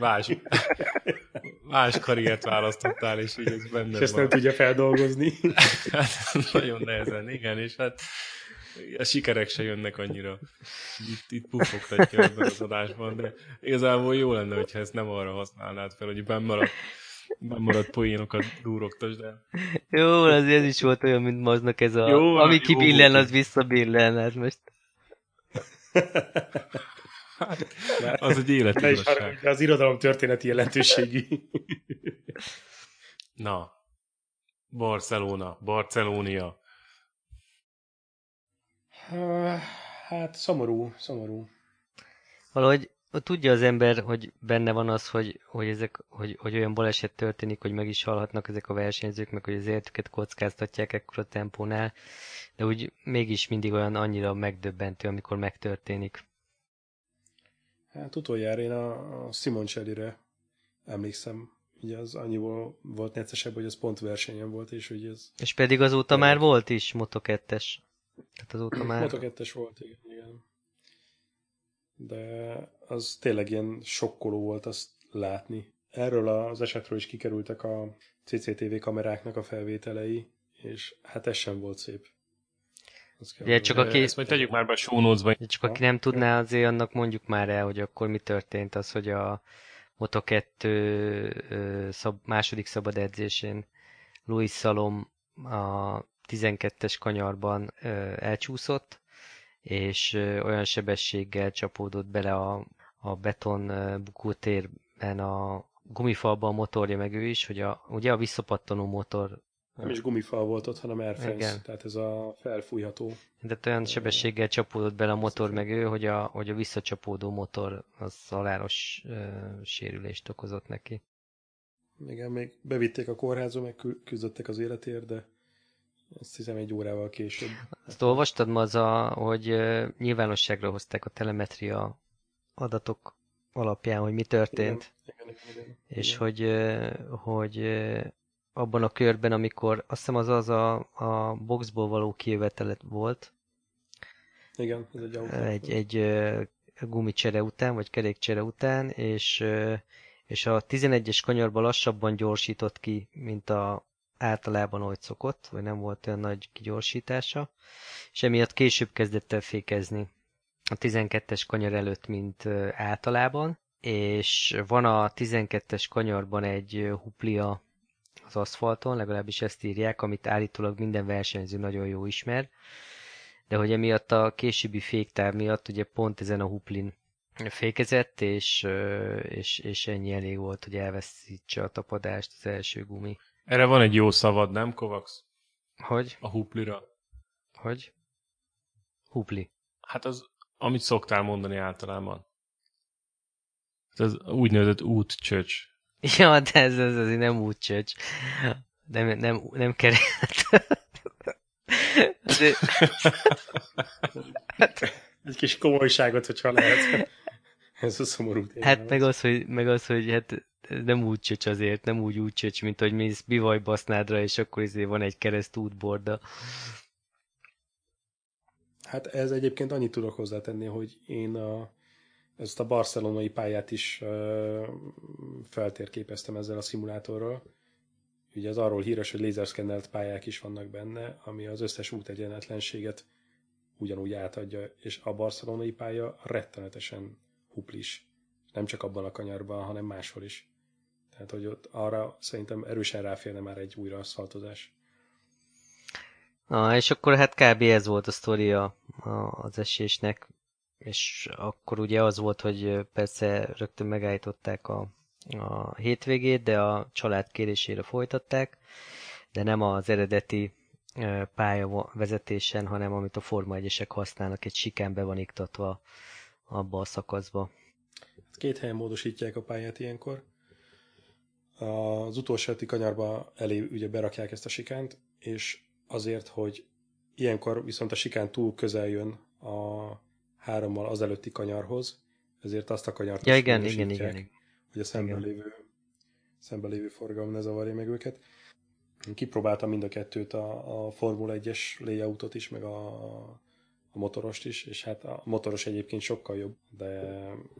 más karriert választottál, és így ez benne van. És ezt nem tudja feldolgozni. Hát nagyon nehezen, igen, és hát a sikerek se jönnek annyira. Itt puffogtatja ebben az adásban, de igazából jó lenne, hogyha ezt nem arra használnád fel, hogy bennmaradt poénokat dúrogtas, de... Jó, azért ez is volt olyan, mint maznak ez a... Jó, ami kibillen, az visszabillen, hát most... Az egy életigazság. Az irodalom történeti jelentőségű. Na, Barcelónia. Hát szomorú. Valahogy tudja az ember, hogy benne van az, hogy olyan baleset történik, hogy meg is halhatnak ezek a versenyzők, meg hogy az életüket kockáztatják ekkora tempónál, de úgy mégis mindig olyan annyira megdöbbentő, amikor megtörténik. Hát utoljára én a Simoncelli-re emlékszem, ugye az annyiból volt neccesebb, hogy az pont versenyen volt, és hogy ez... És pedig azóta már volt is Moto2-es. Tehát azóta már... Moto2-es volt, igen. De az tényleg ilyen sokkoló volt azt látni. Erről az esetről is kikerültek a CCTV kameráknak a felvételei, és hát ez sem volt szép. Csak aki... Ezt majd tegyük már be a show notes-ba. Csak aki nem tudná, azért annak mondjuk már el, hogy akkor mi történt az, hogy a Moto2 második szabad edzésén Luis Salom a 12-es kanyarban elcsúszott, és olyan sebességgel csapódott bele a beton bukótérben a gumifalba a motorja, meg ő is, hogy ugye a visszapattanó motor. Nem is gumifal volt ott, hanem airfence, Igen. tehát ez a felfújható. De olyan sebességgel csapódott bele a motor, meg ő, hogy a visszacsapódó motor az halálos sérülést okozott neki. Igen, még bevitték a kórházba, meg küzdöttek az életért, de azt hiszem 1 órával később. Azt olvastad ma hogy nyilvánosságra hozták a telemetria adatok alapján, hogy mi történt? Igen. És hogy abban a körben, amikor azt hiszem az a boxból való kijövetelet volt. Igen, ez egy autó. Egy gumicsere után, vagy kerékcsere után, és a 11-es kanyarban lassabban gyorsított ki, mint általában ahogy szokott, vagy nem volt olyan nagy kigyorsítása, és emiatt később kezdett el fékezni a 12-es kanyar előtt, mint általában, és van a 12-es kanyarban egy huplia az aszfalton, legalábbis ezt írják, amit állítólag minden versenyző nagyon jó ismer, de hogy emiatt a későbbi féktáv miatt ugye pont ezen a huplin fékezett, és ennyi elég volt, hogy elveszítse a tapadást az első gumi. Erre van egy jó szavad, nem, Kovacs? Hogy? A huplira. Hogy? Hupli. Hát az, amit szoktál mondani általában. Ez úgynevezett útcsöcs. Ja, de ez azért nem útcsöcs. Nem keret. Egy kis komolyságot, hogyha lehet. Ez a szomorú téma. Hát meg az, hogy hát nem úgy csöcs azért, nem úgy csöcs, mint hogy mész bivajbasznádra, és akkor van egy kereszt útborda. Hát ez egyébként annyit tudok hozzátenni, hogy én ezt a barcelonai pályát is feltérképeztem ezzel a szimulátorral. Ugye az arról híres, hogy lézerszkennelt pályák is vannak benne, ami az összes útegyenletlenséget ugyanúgy átadja, és a barcelonai pálya rettenetesen huplis. Nem csak abban a kanyarban, hanem máshol is. Tehát, hogy ott arra szerintem erősen ráférne már egy újra aszfaltozás. És akkor hát kb. Ez volt a sztoria az esésnek, és akkor ugye az volt, hogy persze rögtön megállították a hétvégét, de a család kérésére folytatták, de nem az eredeti pálya vezetésen, hanem amit a Forma 1-esek használnak, egy sikán be van iktatva abba a szakaszba. 2 helyen módosítják a pályát ilyenkor. Az utolsó kanyarba elé ugye berakják ezt a sikánt, és azért, hogy ilyenkor viszont a sikán túl közel jön a 3-mal az előtti kanyarhoz, ezért azt a kanyart ja, igen. Hogy a szemben lévő forgalom ne zavarja meg őket. Kipróbáltam mind a kettőt, a Formula 1-es layoutot is, meg a motorost is, és hát a motoros egyébként sokkal jobb, de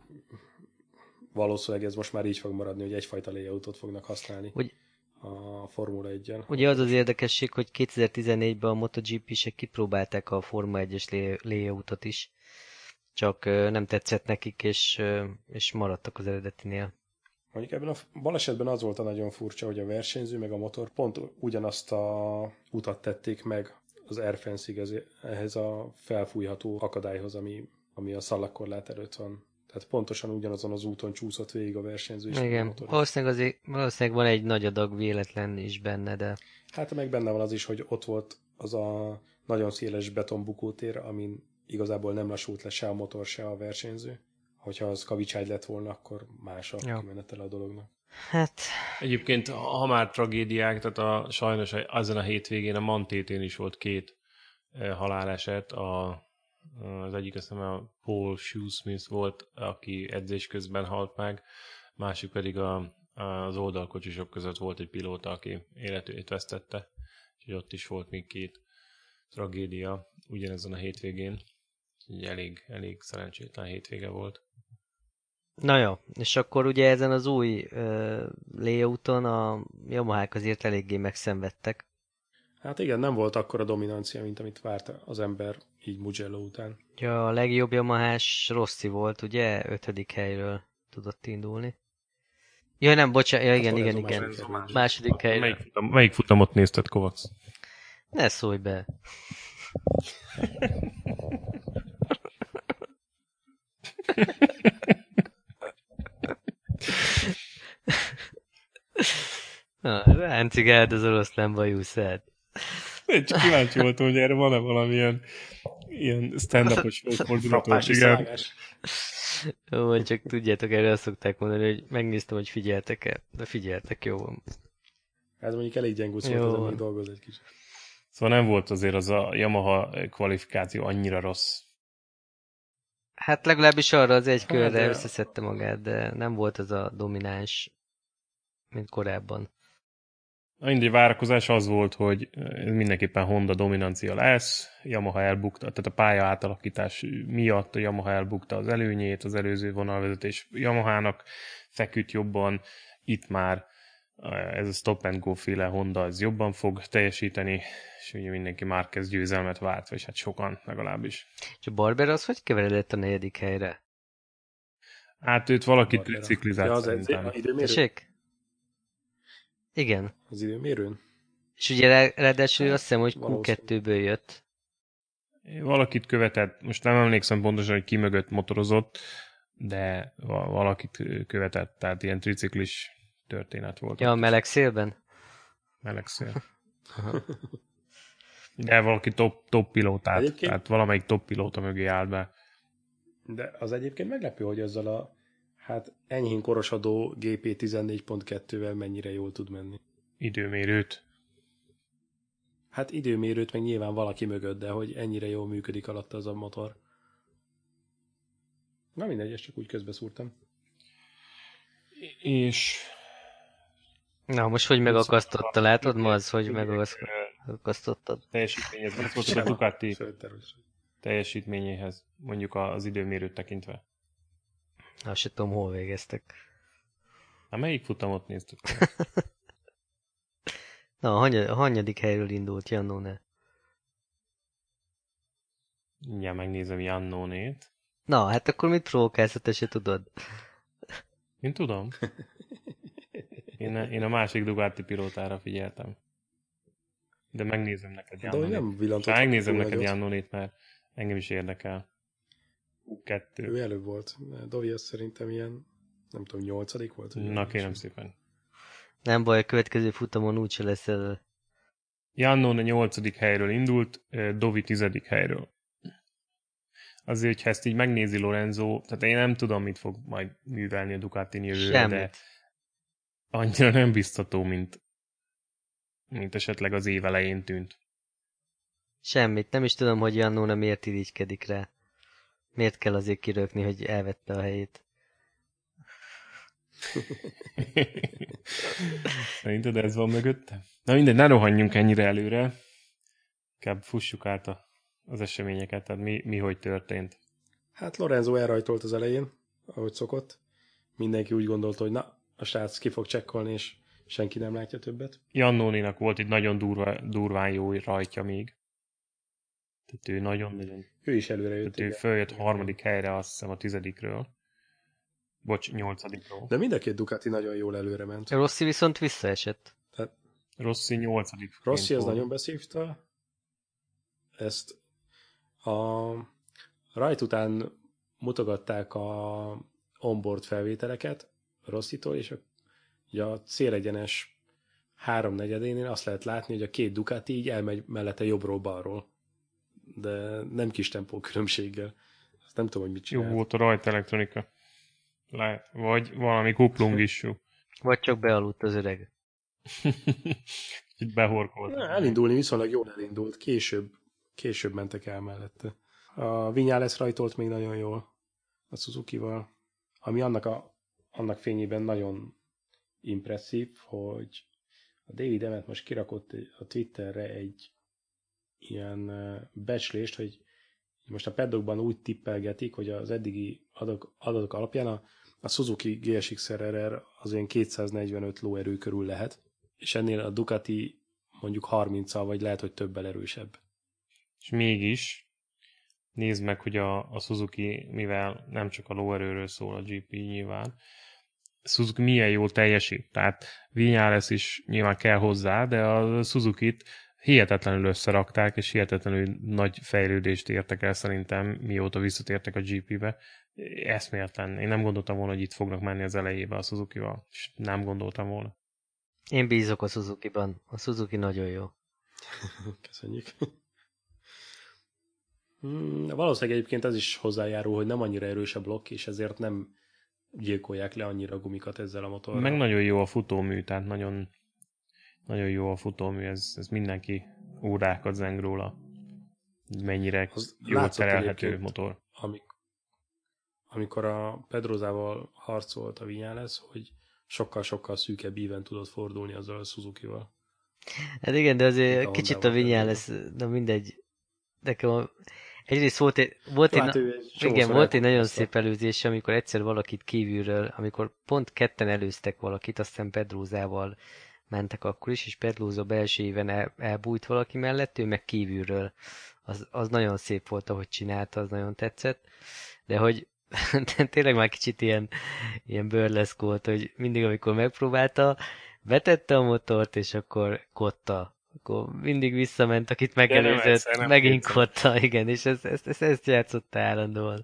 valószínűleg ez most már így fog maradni, hogy egyfajta layoutot fognak használni a Formula 1-en. Ugye az érdekesség, hogy 2014-ben a MotoGP-sek kipróbálták a Forma 1-es layoutot is, csak nem tetszett nekik, és maradtak az eredetinél. Mondjuk ebben a balesetben az volt a nagyon furcsa, hogy a versenyző meg a motor pont ugyanazt a utat tették meg az airfence-ig ehhez a felfújható akadályhoz, ami a szalagkorlát előtt van. Tehát pontosan ugyanazon az úton csúszott végig a versenyző is. Igen, valószínűleg van egy nagy adag véletlen is benne, de... Hát meg benne van az is, hogy ott volt az a nagyon széles betonbukótér, amin igazából nem lassult le se a motor, se a versenyző. Hogyha az kavicságy lett volna, akkor más a kimenetele a dolognak. Hát... Egyébként, ha már tragédiák, tehát sajnos ezen a hétvégén a Mantétén is volt 2 haláleset. Az egyik azt hiszem a Paul Shoesmith volt, aki edzés közben halt meg, másik pedig az oldalkocsisok között volt egy pilóta, aki életét vesztette, és ott is volt még 2 tragédia ugyanezen a hétvégén. Így elég szerencsétlen hétvége volt. Na jó, és akkor ugye ezen az új layouton a Yamahák azért eléggé megszenvedtek. Hát igen, nem volt akkora dominancia, mint amit várt az ember így Mugello után. Ja, a legjobb Yamahás Rossi volt, ugye? 5. helyről tudott indulni. Ja, nem, bocsánat, ja, igen. Második helyről. Melyik futamot nézted, Kovacs? Ne szólj be. Ráncigáld az oroszlán bajuszát. Én csak kíváncsi voltam, hogy erre van-e valamilyen ilyen stand-upos fordulatos. Igen. Jó, csak tudjátok, erre azt szokták mondani, hogy megnéztem, hogy figyeltek-e. De figyeltek, jó van. Ez mondjuk elég gyengúsz volt, az még dolgoz egy kicsit. Szóval nem volt azért az a Yamaha kvalifikáció annyira rossz. Hát legalábbis arra az egy körre összeszedte magát, de nem volt az a domináns, mint korábban. Mindegy várakozás az volt, hogy mindenképpen Honda dominancia lesz, Yamaha elbukta, tehát a pálya átalakítás miatt a Yamaha elbukta az előnyét, az előző vonalvezetés Yamahának feküdt jobban, itt már ez a stop and go féle Honda az jobban fog teljesíteni, és ugye mindenki Márquez győzelmet várt, vagy hát sokan legalábbis. És a Barber az hogy keveredett a 4. helyre? Hát őt valaki triciklizált szerintem. Tessék? Igen. Az időmérőn? És ugye ráadásul azt hiszem, hogy Q2-ből jött. Valakit követett, most nem emlékszem pontosan, hogy ki mögött motorozott, de valakit követett, tehát ilyen triciklis történet volt. Ja, a meleg szélben? Meleg szél. De valaki top pilótát, egyébként... tehát valamelyik top pilóta mögé állt be. De az egyébként meglepő, hogy ezzel a enyhén korosodó GP14.2-vel mennyire jól tud menni. Időmérőt. Hát időmérőt meg nyilván valaki mögött, de hogy ennyire jól működik alatt az a motor. Na mindegy, ezt csak úgy közbeszúrtam. És... Na, most hogy megakasztotta, látod ma az, hogy megakasztottad? Teljesítményhez, ez volt a Ducati teljesítményéhez, mondjuk az időmérőt tekintve. Azt se tudom, hol végeztek. Hát melyik futamot néztük? Na, a hanyadik helyről indult Jannone? Ja, megnézem Jannonét. Na, hát akkor mit provokálsz, te se tudod? Én tudom. Én a másik Ducati pilótára figyeltem. De megnézem neked Jannonét. Megnézem neked Jannonét, mert engem is érdekel. Kettő. Ő előbb volt. Dovi az szerintem ilyen, nem tudom, 8. volt. Na kérem szépen. Nem baj, a következő futamon úgyse lesz ez. Jannone 8. helyről indult, Dovi 10. helyről. Azért, hogyha ezt így megnézi Lorenzo, tehát én nem tudom, mit fog majd művelni a Ducatin jövőre, de annyira nem biztató, mint esetleg az év elején tűnt. Semmit. Nem is tudom, hogy Jannone miért irigykedik rá. Miért kell azért kirökni, hogy elvette a helyét? Szerinted ez van mögötte? Na mindegy, ne rohanjunk ennyire előre. Inkább fussuk át az eseményeket, tehát mi hogy történt. Hát Lorenzo elrajtolt az elején, ahogy szokott. Mindenki úgy gondolta, hogy na, a srác ki fog csekkolni, és senki nem látja többet. Jannoninak volt egy nagyon durván jó rajtja még. Tehát ő nagyon-nagyon... Ő is előre jött. Tehát ő följött 3. helyre, azt hiszem a 10-ről. Bocs, 8-ról. De mind a két Ducati nagyon jól előre ment. Rossi viszont visszaesett. Tehát Rossi 8. Rossi az nagyon beszívta. Ezt a rajt után mutogatták a onboard felvételeket Rossitól, és ugye a célegyenes 3/4-énél azt lehet látni, hogy a két Ducati így elmegy mellette jobbról-balról. De nem kis tempó különbséggel. Azt nem tudom, hogy mit csinál. Jó volt a rajtelektronika. Lehet. Vagy valami kuplung is jó. Vagy csak bealudt az öreg. Itt behorkolt. Elindulni viszonylag jól elindult. Később mentek el mellette. A Viñales rajtolt még nagyon jól a Suzuki-val. Ami annak fényében nagyon impresszív, hogy a David Emmett most kirakott a Twitterre egy ilyen becslést, hogy most a paddockban úgy tippelgetik, hogy az eddigi adatok alapján a Suzuki GSX-RR az olyan 245 lóerő körül lehet, és ennél a Ducati mondjuk 30-al, vagy lehet, hogy többel erősebb. És mégis nézd meg, hogy a Suzuki, mivel nem csak a lóerőről szól a GP nyilván, Suzuki milyen jól teljesít. Tehát Viñales is nyilván kell hozzá, de a Suzukit hihetetlenül összerakták, és hihetetlenül nagy fejlődést értek el szerintem, mióta visszatértek a GP-be. eszméletlen. Én nem gondoltam volna, hogy itt fognak menni az elejébe a Suzuki-val. És nem gondoltam volna. Én bízok a Suzuki-ban. A Suzuki nagyon jó. Köszönjük. Valószínűleg egyébként ez is hozzájárul, hogy nem annyira erős a blokk, és ezért nem gyilkolják le annyira a gumikat ezzel a motorral. Meg nagyon jó a futómű, tehát nagyon, nagyon jó a futómű, ez mindenki órákat zeng róla. Mennyire jól terelhető motor. Amikor a Pedrosával harcolt a Viñales, hogy sokkal-sokkal szűkebb íven tudott fordulni azzal a Suzuki-val. Hát igen, de azért kicsit a Viñales, de mindegy. Nekem egyrészt volt egy nagyon szép előzés, amikor egyszer valakit kívülről, amikor pont ketten előztek valakit, aztán Pedrózával mentek akkor is, és Pedróza belső éven elbújt valaki mellett, ő meg kívülről. Az nagyon szép volt, ahogy csinálta, az nagyon tetszett. De hogy tényleg már kicsit ilyen burleszk volt, hogy mindig, amikor megpróbálta, vetette a motort, és akkor kotta. Akkor mindig visszament, akit megelőzött, megint kotta, igen, és ezt játszotta állandóan.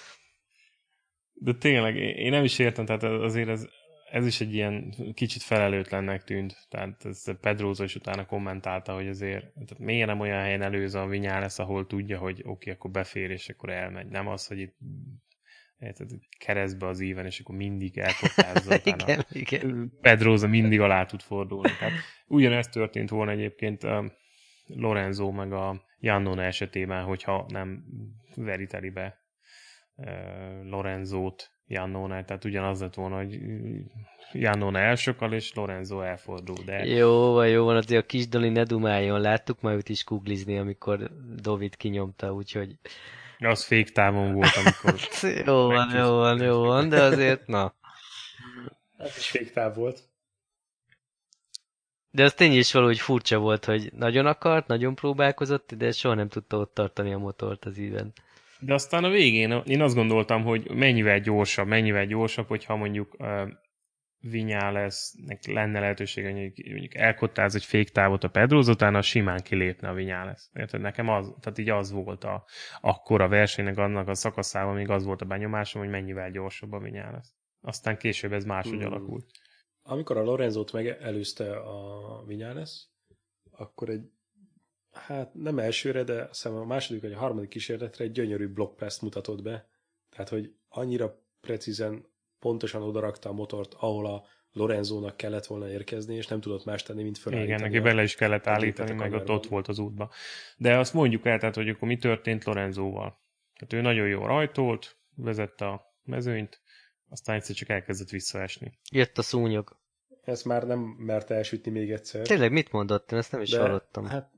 De tényleg, én nem is értem, tehát azért ez is egy ilyen kicsit felelőtlennek tűnt. Tehát ez Pedrosa is utána kommentálta, hogy azért tehát miért nem olyan helyen előz a Viñales, ahol tudja, hogy oké, akkor befér, és akkor elmegy. Nem az, hogy itt keresztbe az íven, és akkor mindig elkottázza. igen. Pedrosa mindig alá tud fordulni. Tehát ugyanezt történt volna egyébként a Lorenzo meg a Iannone esetében, hogyha nem veri telibe Lorenzót Iannone, tehát ugyanaz lett volna, hogy Iannone elsokal, és Lorenzo elfordul. De... Jó van, azért a kis Dali ne dumáljon, láttuk majd őt is googlizni, amikor David kinyomta, úgyhogy... Az féktávon volt, amikor... jó van, de azért, na. Ez is féktáv volt. De az tény is valahogy furcsa volt, hogy nagyon akart, nagyon próbálkozott, de soha nem tudta ott tartani a motort az íven. De aztán a végén én azt gondoltam, hogy mennyivel gyorsabb, hogyha mondjuk Viñalesnek lenne lehetősége, mondjuk elkottáz egy féktávot a Pedrosa, utána simán kilépne a Viñales. Érted? Nekem tehát így az volt akkor a versenynek annak a szakaszában, még az volt a benyomásom, hogy mennyivel gyorsabb a Viñales. Aztán később ez máshogy alakult. Amikor a Lorenzót megelőzte a Viñales, akkor nem elsőre, de azt hiszem a második vagy a harmadik kísérletre egy gyönyörű blokkpreszt mutatott be. Tehát, hogy annyira precízen, pontosan odarakta a motort, ahol a Lorenzónak kellett volna érkezni, és nem tudott más tenni, mint felállítani. Igen, neki bele is kellett állítani, meg ott volt az útba. De azt mondjuk el, tehát, hogy akkor mi történt Lorenzóval. Tehát ő nagyon jól rajtolt, vezette a mezőnyt, aztán egyszer csak elkezdett visszaesni. Jött a szúnyog. Ezt már nem merte elsütni még egyszer. Tényleg mit mondott? Én ezt nem is hallottam. Hát,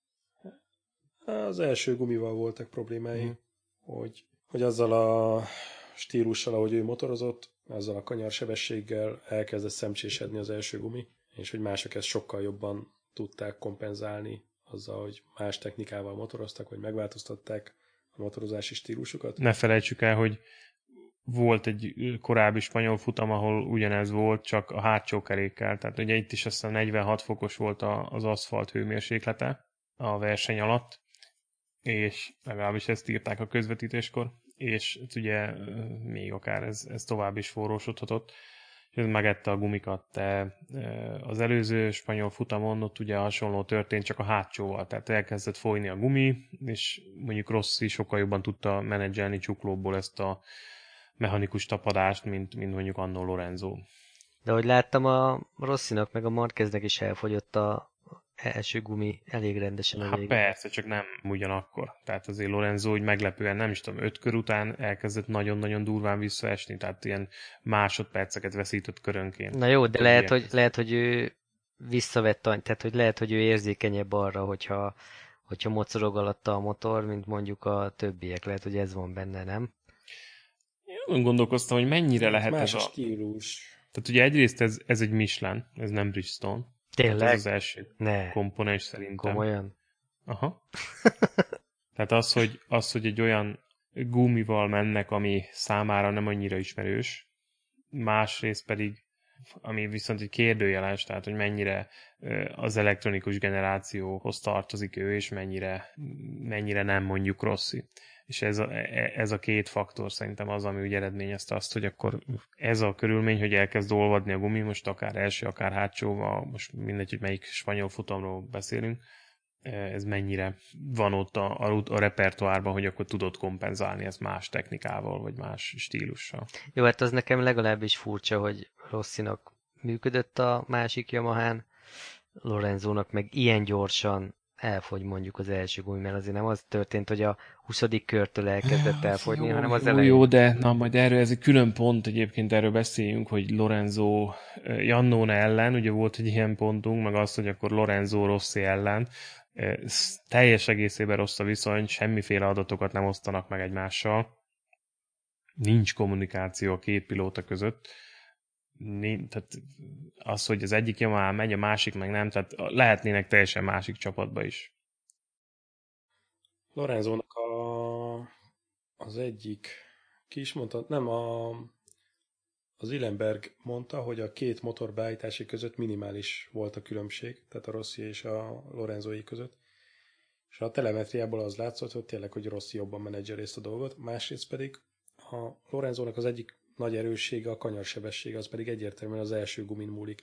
az első gumival voltak problémái, hogy azzal a stílussal, ahogy ő motorozott, azzal a kanyarsebességgel elkezdett szemcsésedni az első gumi, és hogy mások ezt sokkal jobban tudták kompenzálni azzal, hogy más technikával motoroztak, vagy megváltoztatták a motorozási stílusukat. Ne felejtsük el, hogy volt egy korábbi spanyol futam, ahol ugyanez volt, csak a hátsó kerékkel. Tehát ugye itt is azt hiszem 46 fokos volt az aszfalt hőmérséklete a verseny alatt, és legalábbis ezt írták a közvetítéskor, és ugye még akár ez tovább is forrósodhatott, és ez megette a gumikat, de az előző spanyol futamon ott ugye hasonló történt, csak a hátsóval, tehát elkezdett folyni a gumi, és mondjuk Rossi sokkal jobban tudta menedzselni csuklóból ezt a mechanikus tapadást, mint mondjuk annó Lorenzo. De ahogy láttam, a Rossinak meg a Marqueznek is elfogyott a első gumi elég rendesen a végén. Hát persze, csak nem ugyanakkor. Tehát azért Lorenzo úgy meglepően, nem is tudom, 5 kör után elkezdett nagyon-nagyon durván visszaesni, tehát ilyen másodperceket veszített körönként. Na jó, de lehet, hogy ő visszavett, tehát hogy lehet, hogy ő érzékenyebb arra, hogyha mocorog alatta a motor, mint mondjuk a többiek. Lehet, hogy ez van benne, nem? Én gondolkoztam, hogy mennyire lehet más ez a stílus. Tehát ugye egyrészt ez egy Michelin, ez nem Bridgestone. Tényleg? Ez az első komponens szerintem. Komolyan? Aha. Tehát az, hogy egy olyan gumival mennek, ami számára nem annyira ismerős, másrészt pedig ami viszont egy kérdőjeles, tehát hogy mennyire az elektronikus generációhoz tartozik ő, és mennyire nem mondjuk Rossi. És ez a két faktor szerintem az, ami úgy eredményezte azt, hogy akkor ez a körülmény, hogy elkezd olvadni a gumi, most akár első, akár hátsó, most mindegy, hogy melyik spanyol futamról beszélünk, ez mennyire van ott a repertoárban, hogy akkor tudod kompenzálni ezt más technikával, vagy más stílussal. Jó, hát az nekem legalábbis furcsa, hogy Rossinak működött a másik Yamahán, Lorenzónak meg ilyen gyorsan elfogy mondjuk az első gumi, mert azért nem az történt, hogy a 20. körtől elkezdett elfogyni, hanem az elején. Jó, de na majd erről ez egy külön pont, egyébként erről beszéljünk, hogy Lorenzo Iannone ellen, ugye volt egy ilyen pontunk, meg az, hogy akkor Lorenzo Rossi ellen, teljes egészében rossz a viszony, semmiféle adatokat nem osztanak meg egymással, nincs kommunikáció a két pilóta között, tehát az, hogy az egyik Yamaha megy, a másik meg nem, tehát lehetnének teljesen másik csapatba is. Lorenzónak az egyik, ki is mondta, nem, az Illenberg mondta, hogy a két motor beállítási között minimális volt a különbség, tehát a Rossi és a Lorenzói között. És a telemetriából az látszott, hogy tényleg, hogy Rossi jobban menedzser ezt a dolgot, másrészt pedig a Lorenzónak az egyik nagy erőssége a kanyarsebessége, az pedig egyértelműen az első gumin múlik.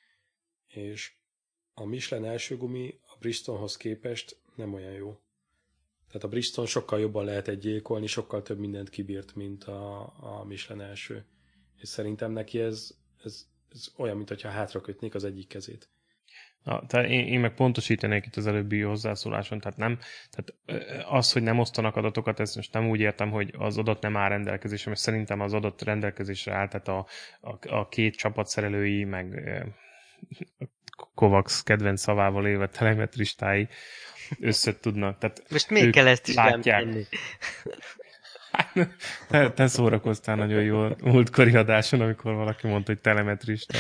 És a Michelin első gumi a Bristolhoz képest nem olyan jó. Tehát a Bristol sokkal jobban lehet gyilkolni, sokkal több mindent kibírt, mint a Michelin első. És szerintem neki ez olyan, mintha hátra kötnék az egyik kezét. Tehát én meg pontosítanék itt az előbbi hozzászóláson, tehát az, hogy nem osztanak adatokat, ezt most nem úgy értem, hogy az adat nem áll rendelkezésre, mert szerintem az adat rendelkezésre áll, tehát a két csapat szerelői, meg Kovacs kedvenc szavával élve telemetristái össze tudnak. Tehát most még kell ezt is látják. Te szórakoztál nagyon jól múltkori adáson, amikor valaki mondta, hogy telemetrista.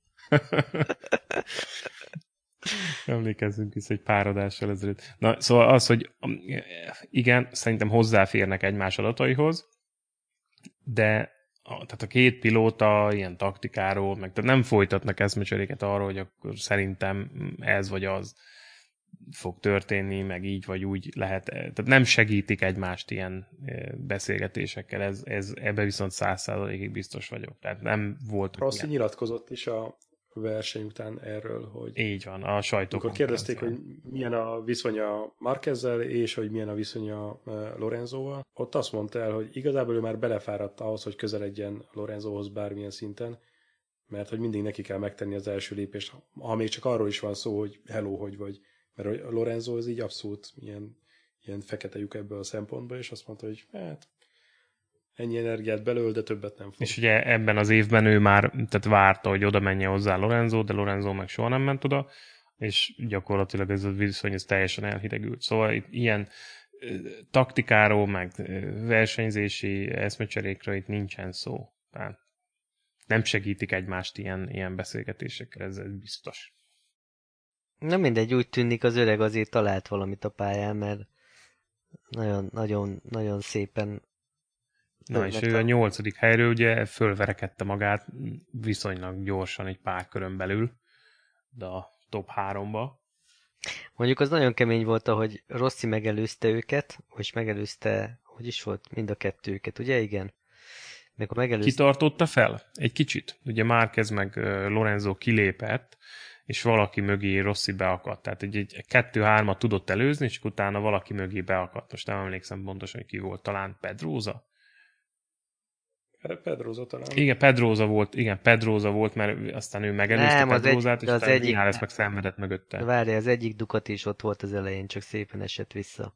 Emlékezzünk is egy pár adással ezelőtt. Na, szóval az, hogy igen, szerintem hozzáférnek egymás adataihoz, de tehát a két pilóta ilyen taktikáról, meg tehát nem folytatnak eszmecseréket arról, hogy akkor szerintem ez vagy az fog történni, meg így vagy úgy lehet. Tehát nem segítik egymást ilyen beszélgetésekkel, ebben viszont 100%-ig biztos vagyok. Tehát nem volt. Rossi nyilatkozott is a verseny után erről, hogy... Így van, a sajtókonferencián. Akkor kérdezték, hogy milyen a viszonya Márquezzel, és hogy milyen a viszonya Lorenzóval. Ott azt mondta el, hogy igazából ő már belefáradt ahhoz, hogy közeledjen Lorenzóhoz bármilyen szinten, mert hogy mindig neki kell megtenni az első lépést, ha még csak arról is van szó, hogy hello, hogy vagy. Mert a Lorenzo az így abszolút ilyen fekete lyuk ebből a szempontból, és azt mondta, hogy hát ennyi energiát belőle, de többet nem fog. És ugye ebben az évben ő már tehát várta, hogy oda menjen hozzá Lorenzo, de Lorenzo meg soha nem ment oda, és gyakorlatilag ez a viszony ez teljesen elhidegült. Szóval itt ilyen taktikáról, meg versenyzési eszmecserékről itt nincsen szó. Tehát nem segítik egymást ilyen beszélgetésekkel, ez biztos. Nem mindegy, úgy tűnik az öreg azért talált valamit a pályán, mert nagyon, nagyon, nagyon szépen. Na és ő a 8. helyről ugye fölverekedte magát viszonylag gyorsan egy pár körön belül, de a top 3-ba. Mondjuk az nagyon kemény volt, ahogy Rossi megelőzte őket, és megelőzte, hogy is volt, mind a kettőket, ugye? Igen. Kitartotta fel? Egy kicsit. Ugye Márquez meg Lorenzo kilépett, és valaki mögé Rossi beakadt. Tehát egy 2-3-at tudott előzni, és utána valaki mögé beakadt. Most nem emlékszem pontosan, hogy ki volt. Talán Pedrosa? Pedrosa talán. Igen, Pedrosa volt, mert aztán ő megelőzte Pedrosát, és aztán Vinales meg szenvedett mögötte. Várj, az egyik Ducati is ott volt az elején, csak szépen esett vissza.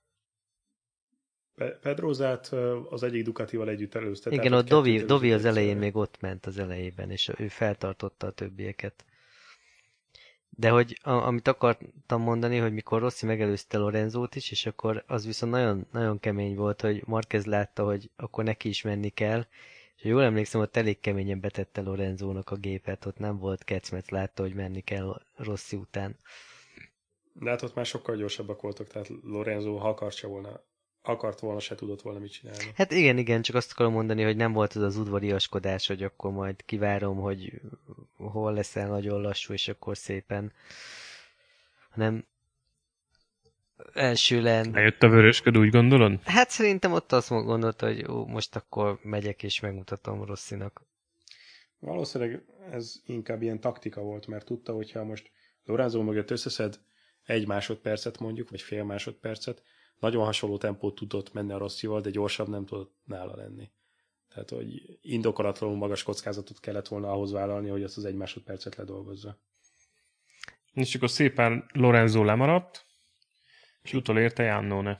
Pedrosát az egyik Ducatival együtt előzte. Igen, ott Dovi az elején még ott ment az elejében, és ő feltartotta a többieket. De hogy amit akartam mondani, hogy mikor Rossi megelőzte Lorenzót is, és akkor az viszont nagyon, nagyon kemény volt, hogy Márquez látta, hogy akkor neki is menni kell, és jól emlékszem, ott elég keményen betette Lorenzónak a gépet, ott nem volt kecmet, látta, hogy menni kell Rossi után. De hát ott már sokkal gyorsabbak voltak, tehát Lorenzo, ha akarta volna akart volna, se tudott volna mit csinálni. Hát igen, csak azt akarom mondani, hogy nem volt az az udvariaskodás, hogy akkor majd kivárom, hogy hol leszel nagyon lassú, és akkor szépen, hanem elsőlen... Lejött a vörösköd, úgy gondolod? Hát szerintem ott azt gondolta, hogy most akkor megyek és megmutatom Rossinak. Valószínűleg ez inkább ilyen taktika volt, mert tudta, hogyha most Lorenzo mögött összeszed 1 másodpercet mondjuk, vagy fél másodpercet, nagyon hasonló tempót tudott menni a Rossival, de gyorsabb nem tudott nála lenni. Tehát, hogy indokolatlanul magas kockázatot kellett volna ahhoz vállalni, hogy azt az 1 másodpercet ledolgozza. És akkor szépen Lorenzo lemaradt, és utolérte Iannone.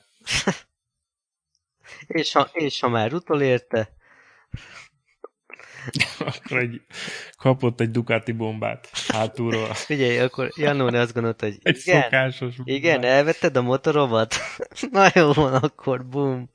és ha már utolérte... Akkor kapott egy Ducati bombát hátulról. Figyelj, akkor Iannone azt gondolta, hogy Egy szokásos bombát. Igen, elvetted a motoromat? Na jó van, akkor bum.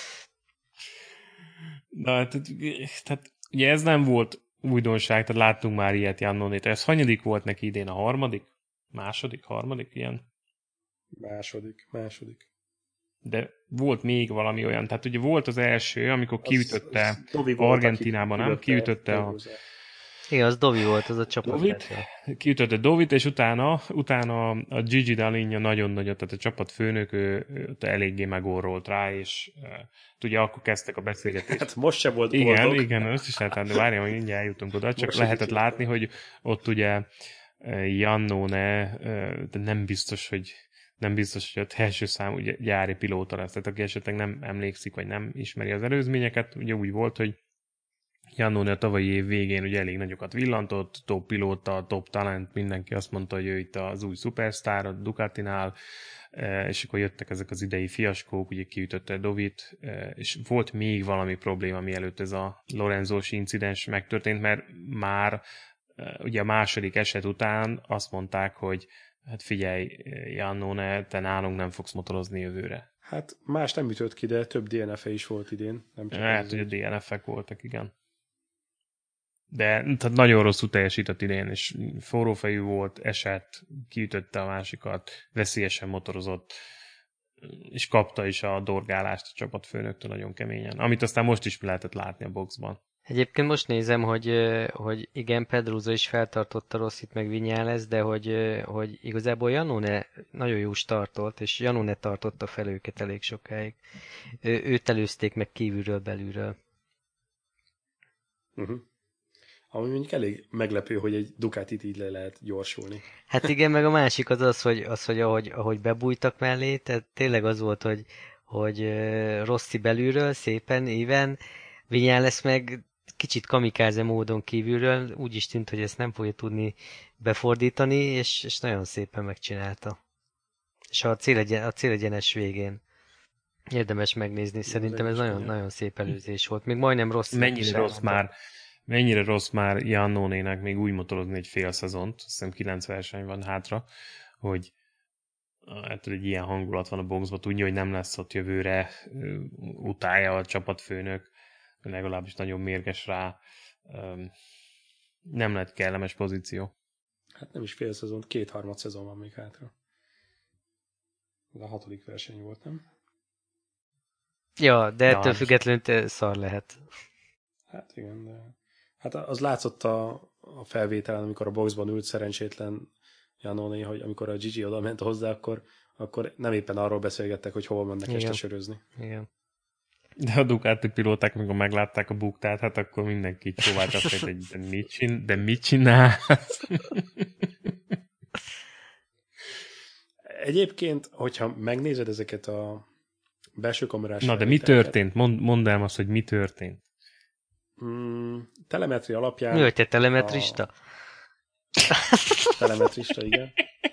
Na, tehát ugye ez nem volt újdonság, tehát láttunk már ilyet Iannonét. Ez hanyadik volt neki idén? A harmadik? Második? Harmadik ilyen? Második. De volt még valami olyan, tehát ugye volt az első, amikor kiütötte Argentinában, nem? Kiütötte a... Igen, az Dovi volt, az a csapat. Kiütötte Dovit, és utána a Gigi Dall'Igna nagyon nagyot, tehát a csapatfőnök ő eléggé megorrolt rá, és ugye akkor kezdtek a beszélgetést. Hát most se volt boldog. Igen, azt is lehetett, de várjál, hogy mindjárt eljutunk oda, csak most lehetett látni, hogy ott ugye Iannone, de nem biztos, hogy ott első számú gyári pilóta lesz, tehát aki esetleg nem emlékszik, vagy nem ismeri az előzményeket, ugye úgy volt, hogy Iannone a tavalyi év végén ugye elég nagyokat villantott, top pilóta, top talent, mindenki azt mondta, hogy ő itt az új szupersztár a Ducatinál, és akkor jöttek ezek az idei fiaskók, ugye kiütötte Dovit, és volt még valami probléma, mielőtt ez a Lorenzós incidens megtörtént, mert már ugye a második eset után azt mondták, hogy hát figyelj, Iannone, te nálunk nem fogsz motorozni jövőre. Hát más nem ütött ki, de több DNF-e is volt idén. Nem csak hát ugye DNF-ek voltak, igen. De tehát nagyon rosszul teljesített idén, és forrófejű volt, esett, kiütötte a másikat, veszélyesen motorozott, és kapta is a dorgálást a csapatfőnöktől nagyon keményen, amit aztán most is lehetett látni a boxban. Egyébként most nézem, hogy igen, Pedrosa is feltartotta Rossit meg Viñales, de hogy igazából Iannone nagyon jó startolt, és Iannone tartotta fel őket elég sokáig. Őt előzték meg kívülről, belülről. Ami mondjuk elég meglepő, hogy egy Ducatit így le lehet gyorsulni. Hát igen, meg a másik hogy ahogy bebújtak mellé, tehát tényleg az volt, hogy Rossi belülről szépen, éven, Viñales meg kicsit kamikáze módon kívülről, úgy is tűnt, hogy ezt nem fogja tudni befordítani, és nagyon szépen megcsinálta. És a célegyenes végén érdemes megnézni, szerintem ez nagyon szép előzés volt. Még majdnem rossz. Mennyire rossz már Iannonének még úgy motorozni egy fél szezont, azt hiszem 9 verseny van hátra, hogy ettől egy ilyen hangulat van a boxban, tudja, hogy nem lesz ott jövőre, utálja a csapatfőnök, legalábbis nagyon mérges rá, nem lett kellemes pozíció. Hát nem is fél szezon, 2/3 szezon van még hátra. Ez a 6. verseny volt, nem? Ja, de ettől függetlenül szar lehet. Hát igen, de... Hát az látszott a felvételen, amikor a boxban ült szerencsétlen Iannone, hogy amikor a Gigi oda ment hozzá, akkor nem éppen arról beszélgettek, hogy hova mennek este sörözni. Igen. De a Ducati pilóták, amikor meglátták a buktát, hát akkor mindenki csóváltak, hogy de mit csinálsz? Egyébként, hogyha megnézed ezeket a belső kamerás... Na, de mi történt? Mondd el azt, hogy mi történt. Telemetri alapján... Mi vagy te, telemetrista? Telemetrista, igen.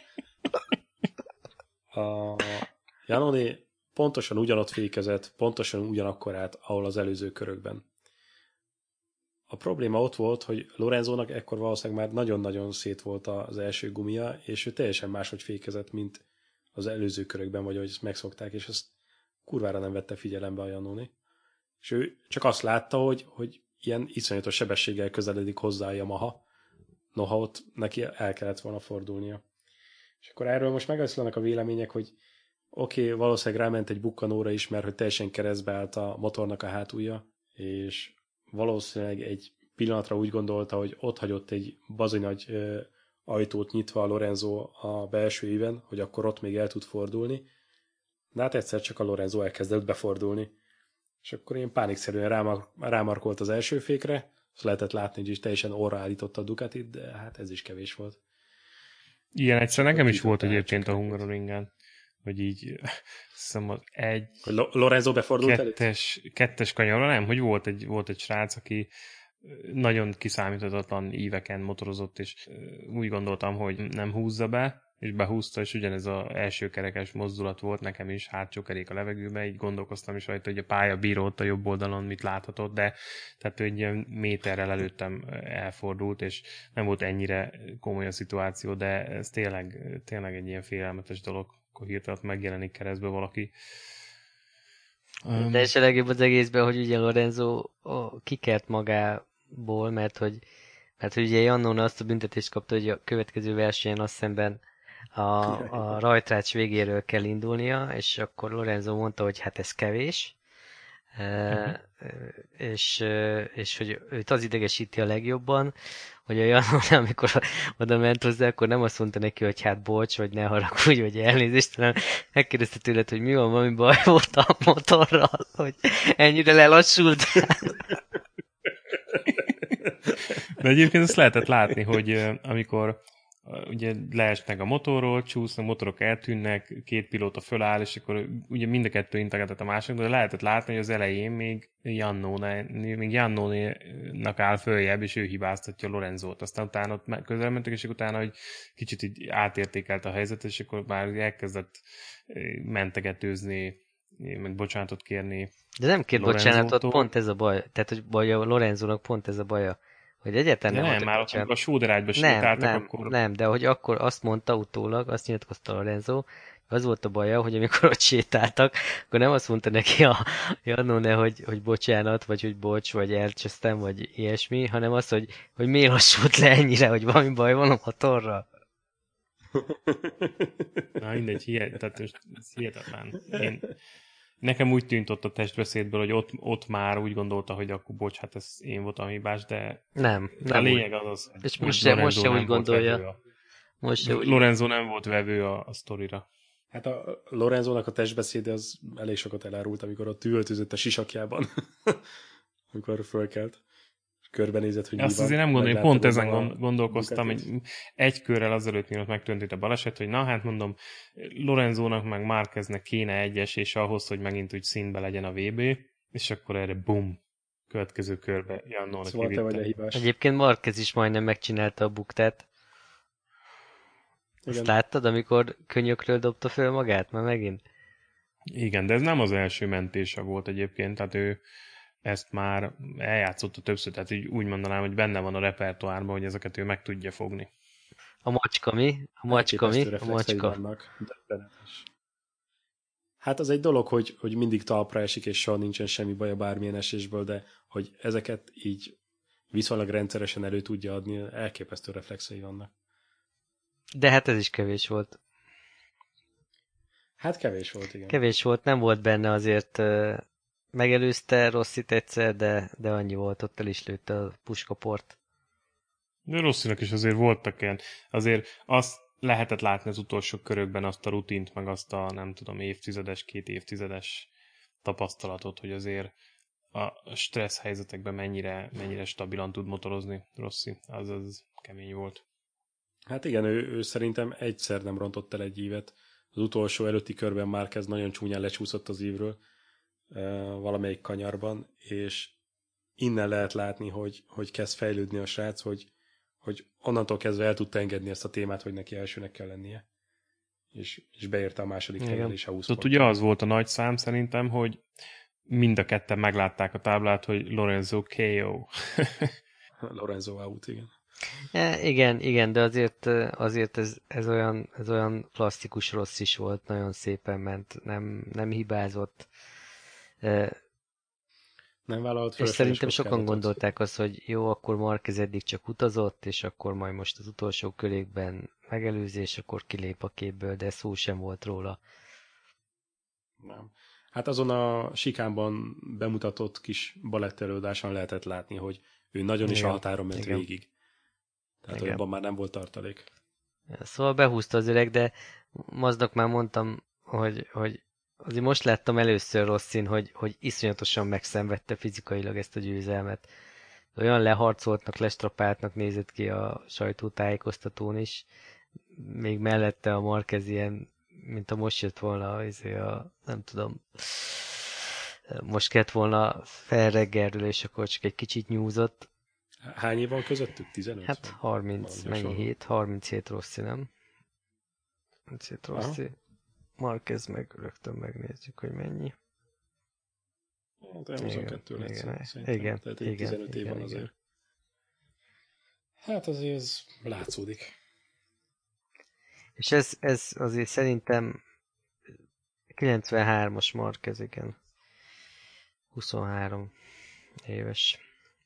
A Iannone pontosan ugyanott fékezett, pontosan ugyanakkor át, ahol az előző körökben. A probléma ott volt, hogy Lorenzónak ekkor valószínűleg már nagyon-nagyon szét volt az első gumia, és ő teljesen máshogy fékezett, mint az előző körökben, vagy ahogy ezt megszokták, és ezt kurvára nem vette figyelembe a Iannone. És ő csak azt látta, hogy ilyen iszonyatos sebességgel közeledik hozzá a Yamaha, noha ott neki el kellett volna fordulnia. És akkor erről most megoszlanak a vélemények, hogy Oké, valószínűleg ráment egy bukkanóra is, mert hogy teljesen keresztbe állt a motornak a hátulja, és valószínűleg egy pillanatra úgy gondolta, hogy ott hagyott egy bazi nagy ajtót nyitva a Lorenzo a belső íven, hogy akkor ott még el tud fordulni. De hát egyszer csak a Lorenzo elkezdett befordulni. És akkor én pánikszerűen rámarkolt az első fékre, azt lehetett látni, hogy is teljesen orra állította a Ducatit, de hát ez is kevés volt. Ilyen egyszer nekem is volt egyébként a Hungaroringen, hogy így hiszem az hogy Lorenzo befordult kettes kanyarra, nem, hogy volt egy srác, aki nagyon kiszámíthatatlan íveken motorozott, és úgy gondoltam, hogy nem húzza be, és behúzta, és ugyanez az első kerekes mozdulat volt nekem is, hátsó kerék a levegőbe, így gondolkoztam is rajta, hogy a pálya bíró ott a jobb oldalon mit láthatott, de tehát egy ilyen méterrel előttem elfordult, és nem volt ennyire komoly a szituáció, de ez tényleg egy ilyen félelmetes dolog, akkor hirtelen megjelenik keresztbe valaki. De és a legjobb az egészben, hogy ugye Lorenzo kikert magából, mert hogy ugye Jannone azt a büntetést kapta, hogy a következő versenyen azt szemben a rajtrács végéről kell indulnia, és akkor Lorenzo mondta, hogy hát ez kevés, és hogy őt az idegesíti a legjobban, hogy a Jannone, amikor oda ment hozzá, akkor nem azt mondta neki, hogy hát bocs, vagy ne haragudj, vagy elnézést, hanem megkérdezte tőled, hogy mi van, valami baj volt a motorral, hogy ennyire lelassult. De egyébként ezt lehetett látni, hogy amikor ugye leesnek a motorról, csúsznak, motorok eltűnnek, két pilóta föláll, és akkor ugye mind a kettő integetett a másiknak, de lehetett látni, hogy az elején még Jannone-nak áll följebb, és ő hibáztatja Lorenzót. Aztán utána ott közel mentek, és utána, hogy kicsit így átértékelt a helyzetet, és akkor már elkezdett mentegetőzni, meg bocsánatot kérni. De nem kér bocsánatot, pont ez a baj. Tehát, hogy a Lorenzónak pont ez a baja. Hogy egyáltalán nem már ott a sóderágyba sétáltak, akkor... Nem, de hogy akkor azt mondta utólag, azt nyilatkozta Lorenzo, az volt a baja, hogy amikor ott sétáltak, akkor nem azt mondta neki a Jannone, hogy bocsánat, vagy hogy bocs, vagy elcsesztem, vagy ilyesmi, hanem az, hogy miért lassult le ennyire, hogy valami baj van a motorral. Na mindegy, tehát ez hihetetlen. Nekem úgy tűnt ott a testbeszédből, hogy ott már úgy gondolta, hogy akkor bocs, hát ez én voltam hibás, de nem a lényeg az, és most se úgy gondolja. Lorenzo nem volt vevő a sztorira. Hát a Lorenzónak a testbeszéde az elég sokat elárult, amikor ott üvöltözött a sisakjában, amikor fölkelt. Körbenézett, hogy azt azért nem gondolom, pont ezen gondolkoztam, hogy egy körrel azelőtt, mielőtt megtörtént a baleset, hogy na hát mondom, Lorenzónak meg Márqueznek kéne egyes, és ahhoz, hogy megint úgy színbe legyen a VB, és akkor erre bum, következő körbe Jannone szóval kivitte. Te vagy a hibás. Egyébként Márquez is majdnem megcsinálta a buktát. Azt láttad, amikor könyökről dobta föl magát már megint? Igen, de ez nem az első mentése volt egyébként, tehát ő ezt már eljátszotta többször, tehát úgy mondanám, hogy benne van a repertoárban, hogy ezeket ő meg tudja fogni. A macska mi? A macska. Vannak, hát az egy dolog, hogy mindig talpra esik, és soha nincsen semmi baja bármilyen esésből, de hogy ezeket így viszonylag rendszeresen elő tudja adni, elképesztő reflexei vannak. De hát ez is kevés volt. Hát kevés volt, igen. Kevés volt, nem volt benne azért... Megelőzte Rossit egyszer, de annyi volt, ott el is lőtte a puskaport. De Rossinak is azért voltak ilyen. Azért azt lehetett látni az utolsó körökben azt a rutint, meg azt a nem tudom, két évtizedes tapasztalatot, hogy azért a stressz helyzetekben mennyire stabilan tud motorozni Rossi. Az kemény volt. Hát igen, ő szerintem egyszer nem rontott el egy ívet. Az utolsó előtti körben Márquez nagyon csúnyán lecsúszott az ívről valamelyik kanyarban, és innen lehet látni, hogy kezd fejlődni a srác, hogy onnantól kezdve el tudta engedni ezt a témát, hogy neki elsőnek kell lennie. És beérte a második helyen és a 20 pont. Ugye az volt a nagy szám szerintem, hogy mind a ketten meglátták a táblát, hogy Lorenzo KO. Lorenzo out, igen. Igen, de azért ez olyan klasszikus rossz is volt, nagyon szépen ment, nem hibázott. Nem vállalt és szerintem sokan gondolták azt, hogy jó, akkor Márquez eddig csak utazott, és akkor majd most az utolsó körékben megelőzés, akkor kilép a képből, de szó sem volt róla. Nem. Hát azon a sikánban bemutatott kis balettelőadáson lehetett látni, hogy ő nagyon is a határon ment végig. Tehát abban már nem volt tartalék. Szóval behúzta az öreg, de Mazdnak már mondtam, hogy azért most láttam először Rossin, hogy iszonyatosan megszenvedte fizikailag ezt a győzelmet. Olyan leharcoltnak, lestrapáltnak nézett ki a sajtótájékoztatón is. Még mellette a Marquez ilyen, mint a most jött volna, nem tudom, most kellett volna felreggelről, és akkor csak egy kicsit nyúzott. Hány év van közöttük? 15? Hát 30, mennyi hét? 37 Rossi, nem? 37 Rossi. Marquez meg rögtön megnézzük, hogy mennyi. Hát olyan 22 lesz. Igen. Tehát 15 év van azért. Hát azért ez látszódik. És ez azért szerintem 93-as Marquez, igen. 23 éves.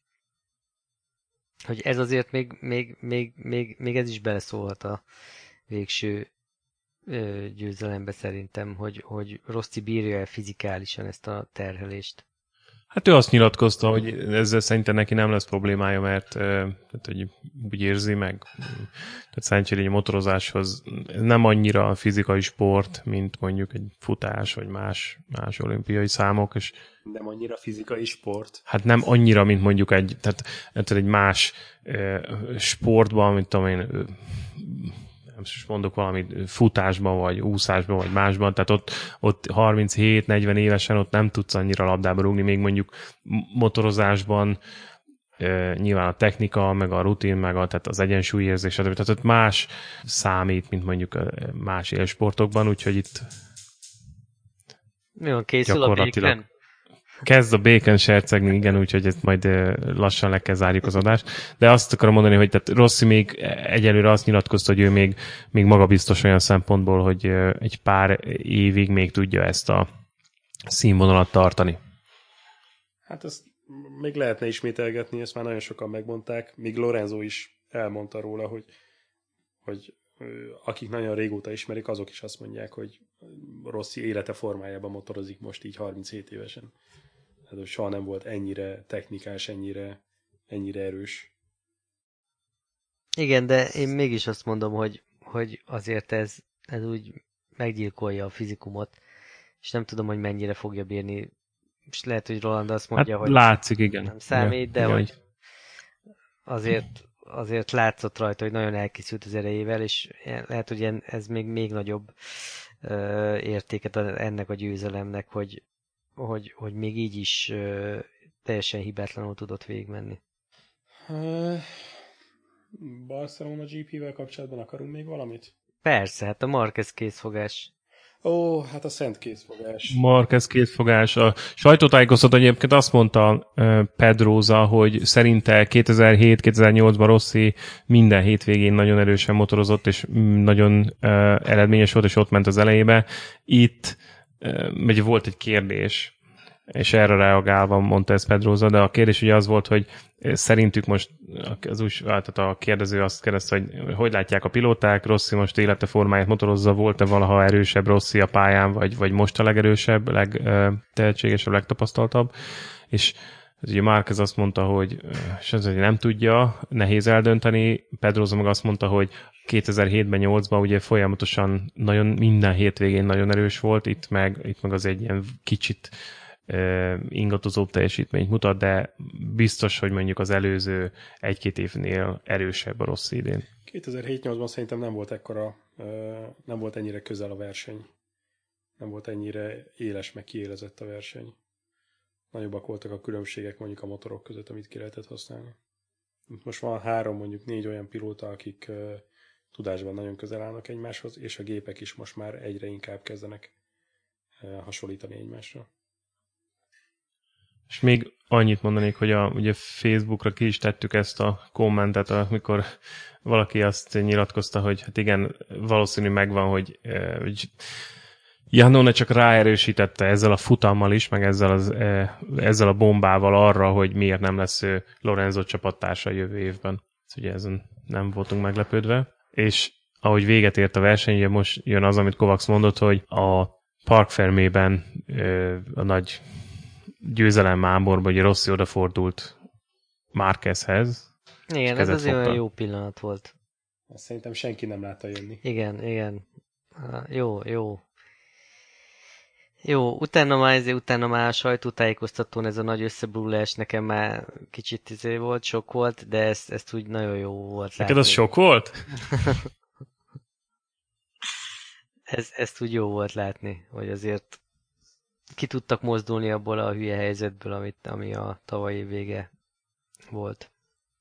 Hogy ez azért még ez is beleszólhat a végső győzelembe szerintem, hogy Rossi bírja el fizikálisan ezt a terhelést. Hát ő azt nyilatkozta, hogy ezzel szerintem neki nem lesz problémája, mert tehát, hogy úgy érzi meg. Tehát szerencsére egy motorozáshoz nem annyira fizikai sport, mint mondjuk egy futás, vagy más olimpiai számok. És nem annyira fizikai sport? Hát nem annyira, mint mondjuk tehát egy más sportban, mint tudom én, most mondok valamit, futásban, vagy úszásban, vagy másban, tehát ott 37-40 évesen ott nem tudsz annyira labdába rúgni, még mondjuk motorozásban nyilván a technika, meg a rutin, meg tehát az egyensúlyérzés, tehát ott más számít, mint mondjuk más élsportokban, úgyhogy itt mi van, készül a béken? Kezd a béken sercegni, igen, úgyhogy ezt majd lassan le kell zárjuk az adást. De azt akarom mondani, hogy tehát Rossi még egyelőre azt nyilatkozta, hogy ő még magabiztos olyan szempontból, hogy egy pár évig még tudja ezt a színvonalat tartani. Hát ezt még lehetne ismételgetni, ezt már nagyon sokan megmondták, még Lorenzo is elmondta róla, hogy akik nagyon régóta ismerik, azok is azt mondják, hogy Rossi élete formájában motorozik most így 37 évesen. Hát soha nem volt ennyire technikás, ennyire erős. Igen, de én mégis azt mondom, hogy azért ez úgy meggyilkolja a fizikumot, és nem tudom, hogy mennyire fogja bírni. És lehet, hogy Roland azt mondja, hát hogy látszik, igen. Nem számít, de igen. Hogy azért látszott rajta, hogy nagyon elkészült az erejével, és lehet, hogy ez még nagyobb értéket ad ennek a győzelemnek, hogy még így is teljesen hibátlanul tudott végigmenni. Barcelona GP-vel kapcsolatban akarunk még valamit? Persze, hát a Marquez készfogás. Ó, hát a szent készfogás. Marquez készfogás. A sajtótájékoztató egyébként azt mondta Pedrosa, hogy szerinte 2007-2008-ban Rossi minden hétvégén nagyon erősen motorozott, és nagyon eredményes volt, és ott ment az elejébe. Itt volt egy kérdés, és erre reagálva mondta ezt Pedrosa, de a kérdés ugye az volt, hogy szerintük most tehát a kérdező azt kérdezte, hogy látják a pilóták, Rossi most élete formáját motorozza, volt-e valaha erősebb Rossi a pályán, vagy most a legerősebb, legtehetségesebb, legtapasztaltabb, és ugye Marquez azt mondta, hogy nem tudja, nehéz eldönteni, Pedrosa meg azt mondta, hogy 2007-ben, 8-ban ugye folyamatosan nagyon minden hétvégén nagyon erős volt, itt meg az egy ilyen kicsit ingadozóbb teljesítményt mutat, de biztos, hogy mondjuk az előző 1-2 évnél erősebb a Rossi idén. 2007-8-ban szerintem nem volt ennyire közel a verseny. Nem volt ennyire éles, meg kiélezett a verseny. Nagyobbak voltak a különbségek mondjuk a motorok között, amit ki lehetett használni. Most van 3, mondjuk 4 olyan pilóta, akik tudásban nagyon közel állnak egymáshoz, és a gépek is most már egyre inkább kezdenek hasonlítani egymásra. És még annyit mondanék, hogy ugye Facebookra ki is tettük ezt a kommentet, amikor valaki azt nyilatkozta, hogy hát igen, valószínű megvan, hogy Iannone csak ráerősítette ezzel a futammal is, meg ezzel a bombával arra, hogy miért nem lesz Lorenzo csapattársa jövő évben. Ugye ezen nem voltunk meglepődve. És ahogy véget ért a verseny, ugye most jön az, amit Kovacs mondott, hogy a Park Fermében a nagy győzelem mámorban, ugye Rossi odafordult Márquezhez. Igen, ez azért olyan jó pillanat volt. Azt szerintem senki nem látta jönni. Igen. Jó. Jó, utána már a sajtótájékoztatón ez a nagy összeborulás nekem már kicsit volt, sok volt, de ezt úgy nagyon jó volt látni. Neked az sok volt? Ezt úgy jó volt látni, hogy azért ki tudtak mozdulni abból a hülye helyzetből, ami a tavalyi vége volt.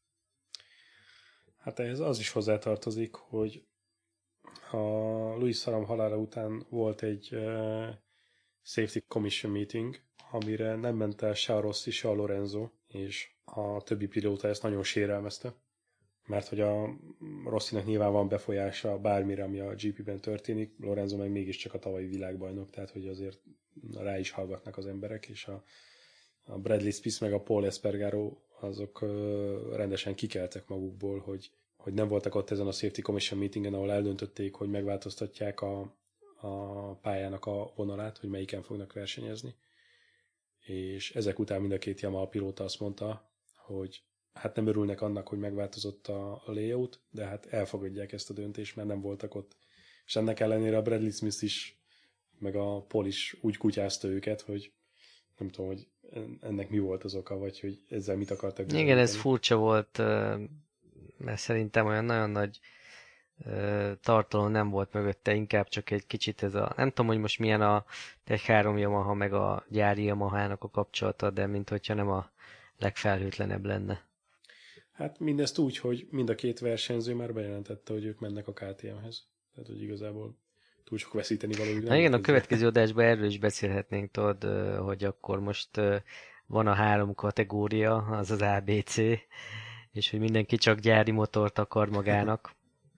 Hát ehhez az is hozzátartozik, hogy a Luis Saram halála után volt egy Safety Commission meeting, amire nem ment el se a Rossi, se a Lorenzo, és a többi pilóta ezt nagyon sérelmezte, mert hogy a Rossinak nyilván van befolyása bármire, ami a GP-ben történik, Lorenzo meg mégiscsak a tavalyi világbajnok, tehát hogy azért rá is hallgatnak az emberek, és a Bradley Spieth meg a Paul Espargaro azok rendesen kikeltek magukból, hogy nem voltak ott ezen a Safety Commission meetingen, ahol eldöntötték, hogy megváltoztatják a pályának a vonalát, hogy melyiken fognak versenyezni. És ezek után mind a két Yamaha pilóta azt mondta, hogy hát nem örülnek annak, hogy megváltozott a layout, de hát elfogadják ezt a döntést, mert nem voltak ott. És ennek ellenére a Bradley Smith is, meg a Paul is úgy kutyázta őket, hogy nem tudom, hogy ennek mi volt az oka, vagy hogy ezzel mit akartak. Igen, ez furcsa volt, mert szerintem olyan nagyon nagy tartalom nem volt mögötte, inkább csak egy kicsit ez a, nem tudom, hogy most milyen a Tech3 Yamaha meg a gyári Yamahának a kapcsolata, de mint hogyha nem a legfelhőtlenebb lenne. Hát mindezt úgy, hogy mind a két versenyző már bejelentette, hogy ők mennek a KTM-hez. Tehát, hogy igazából túl sok veszíteni valójuk. Na igen, a következő adásban erről is beszélhetnénk, tudod, hogy akkor most van a 3 kategória, az az ABC, és hogy mindenki csak gyári motort akar magának.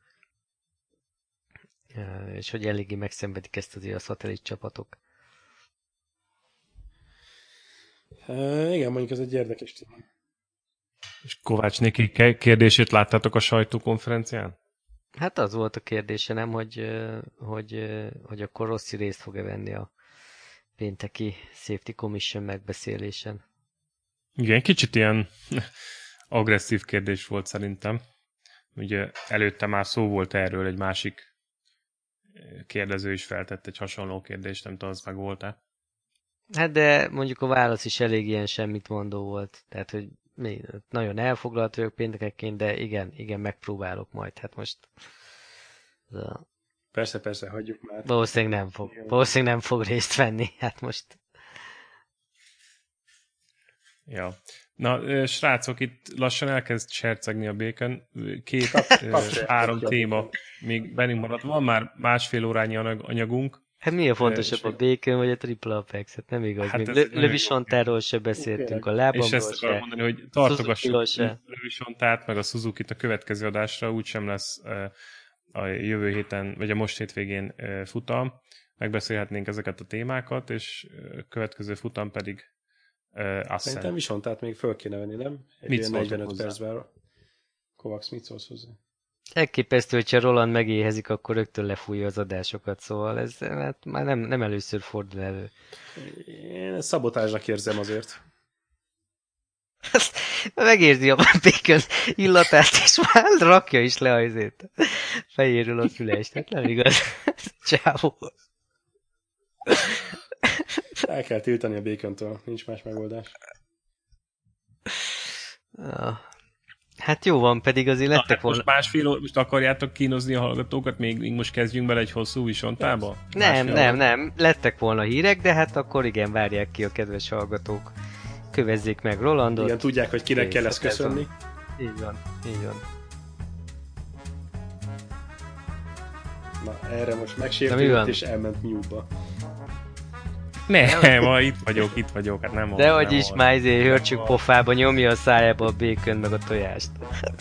És hogy eléggé megszenvedik ezt azért a szatellit csapatok. Igen, mondjuk ez egy érdekes téma. És Kovács Niki kérdését láttátok a sajtókonferencián? Hát az volt a kérdése, nem, hogy akkor Rossi részt fog-e venni a pénteki Safety Commission megbeszélésen. Igen, kicsit ilyen agresszív kérdés volt szerintem. Ugye előtte már szó volt erről, egy másik kérdező is feltett egy hasonló kérdést, nem tudom, az meg volt-e? Hát de mondjuk a válasz is elég ilyen semmit mondó volt. Tehát, hogy nagyon elfoglalt vagyok péntekenként, de igen, megpróbálok majd. Hát most... Persze, hagyjuk már. Valószínűleg nem fog részt venni. Hát most... Ja. Na, srácok, itt lassan elkezd sercegni a Bacon. 3 téma még bennünk maradt. Van már másfél órányi anyagunk. Hát mi a fontosabb, a Bacon vagy a Triple Apex? Hát nem igaz. Hát Löwisontáról se beszéltünk, a lábamról se. És ezt akarom mondani, hogy tartogassuk Löwisontát, meg a Suzuki-t a következő adásra, úgysem lesz a jövő héten, vagy a most hétvégén futam. Megbeszélhetnénk ezeket a témákat, és következő futam pedig Szerintem Visontát még föl kéne venni, nem? Egy 45 percben. Kovacs, mit szólsz hozzá? Elképesztő, hogyha Roland megéhezik, akkor rögtön lefújja az adásokat, szóval ez hát már nem először fordul elő. Én szabotázsnak érzem azért. Megérzi a Bacon illatát, és már rakja is le azért fejéről a fülest. Hát nem igaz. Csávó. El kell tiltani a Bacontől, nincs más megoldás. Hát jó van, pedig azért lettek volna... Most most akarjátok kínozni a hallgatókat, még most kezdjünk bele egy hosszú visontába? Nem, lettek volna hírek, de hát akkor igen, várják ki a kedves hallgatók. Kövezzék meg Rolandot. Igen, tudják, hogy kinek kell ezt köszönni. Így van. Na, erre most megsértődött és elment mute-ba. Nem, itt vagyok, hát nem. De hogy is már hörcsük pofába, nyomja a szájába a Bacon meg a tojást.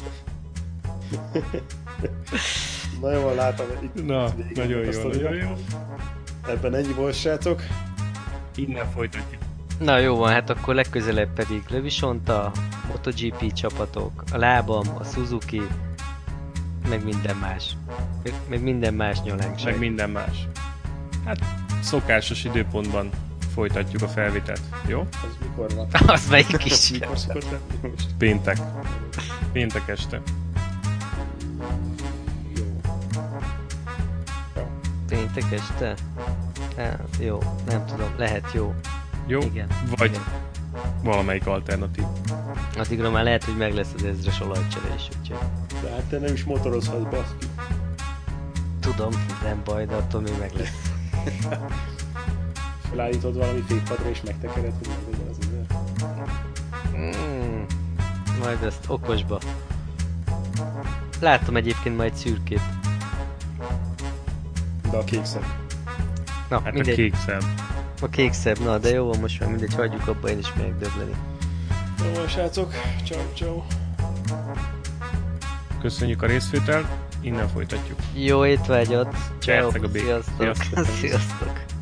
Na jó, látom, itt nagyon jó. Ebben ennyi volt, srácok. Innen folytatjuk. Na jó van, hát akkor legközelebb pedig Löwisonta, MotoGP csapatok, a lábam, a Suzuki, meg minden más. Meg minden más nyolánk. Meg minden más. Hát szokásos időpontban folytatjuk a felvételt. Jó? Az mikor van? Az melyik is. Mikor szokott lenni most? Péntek. Péntek este. Jó. Péntek este? Jó, nem tudom, lehet jó. Jó? Igen. Vagy Igen. valamelyik alternatív. Addigra már lehet, hogy meg lesz az 1000-es olajcserés, úgyhogy De hát te nem is motorozhatsz, baszki. tudom, nem baj, de attól még meg lesz. Felállítod valami fékpadra és megtekered, hogy meglegyen az 1000. Majd ezt okosba. Láttam egyébként majd szürkét. De a kék szem. Na, Hát mindegy. a kék szem. A kék szebb, na de jó van, most már mindegy, hagyjuk abba, én is megyek döbleni. Jó van, srácok. Ciao. Köszönjük a részvételt, innen folytatjuk. Jó étvágyat! Ciao, Perceg a bék. sziasztok! Sziasztok. Sziasztok!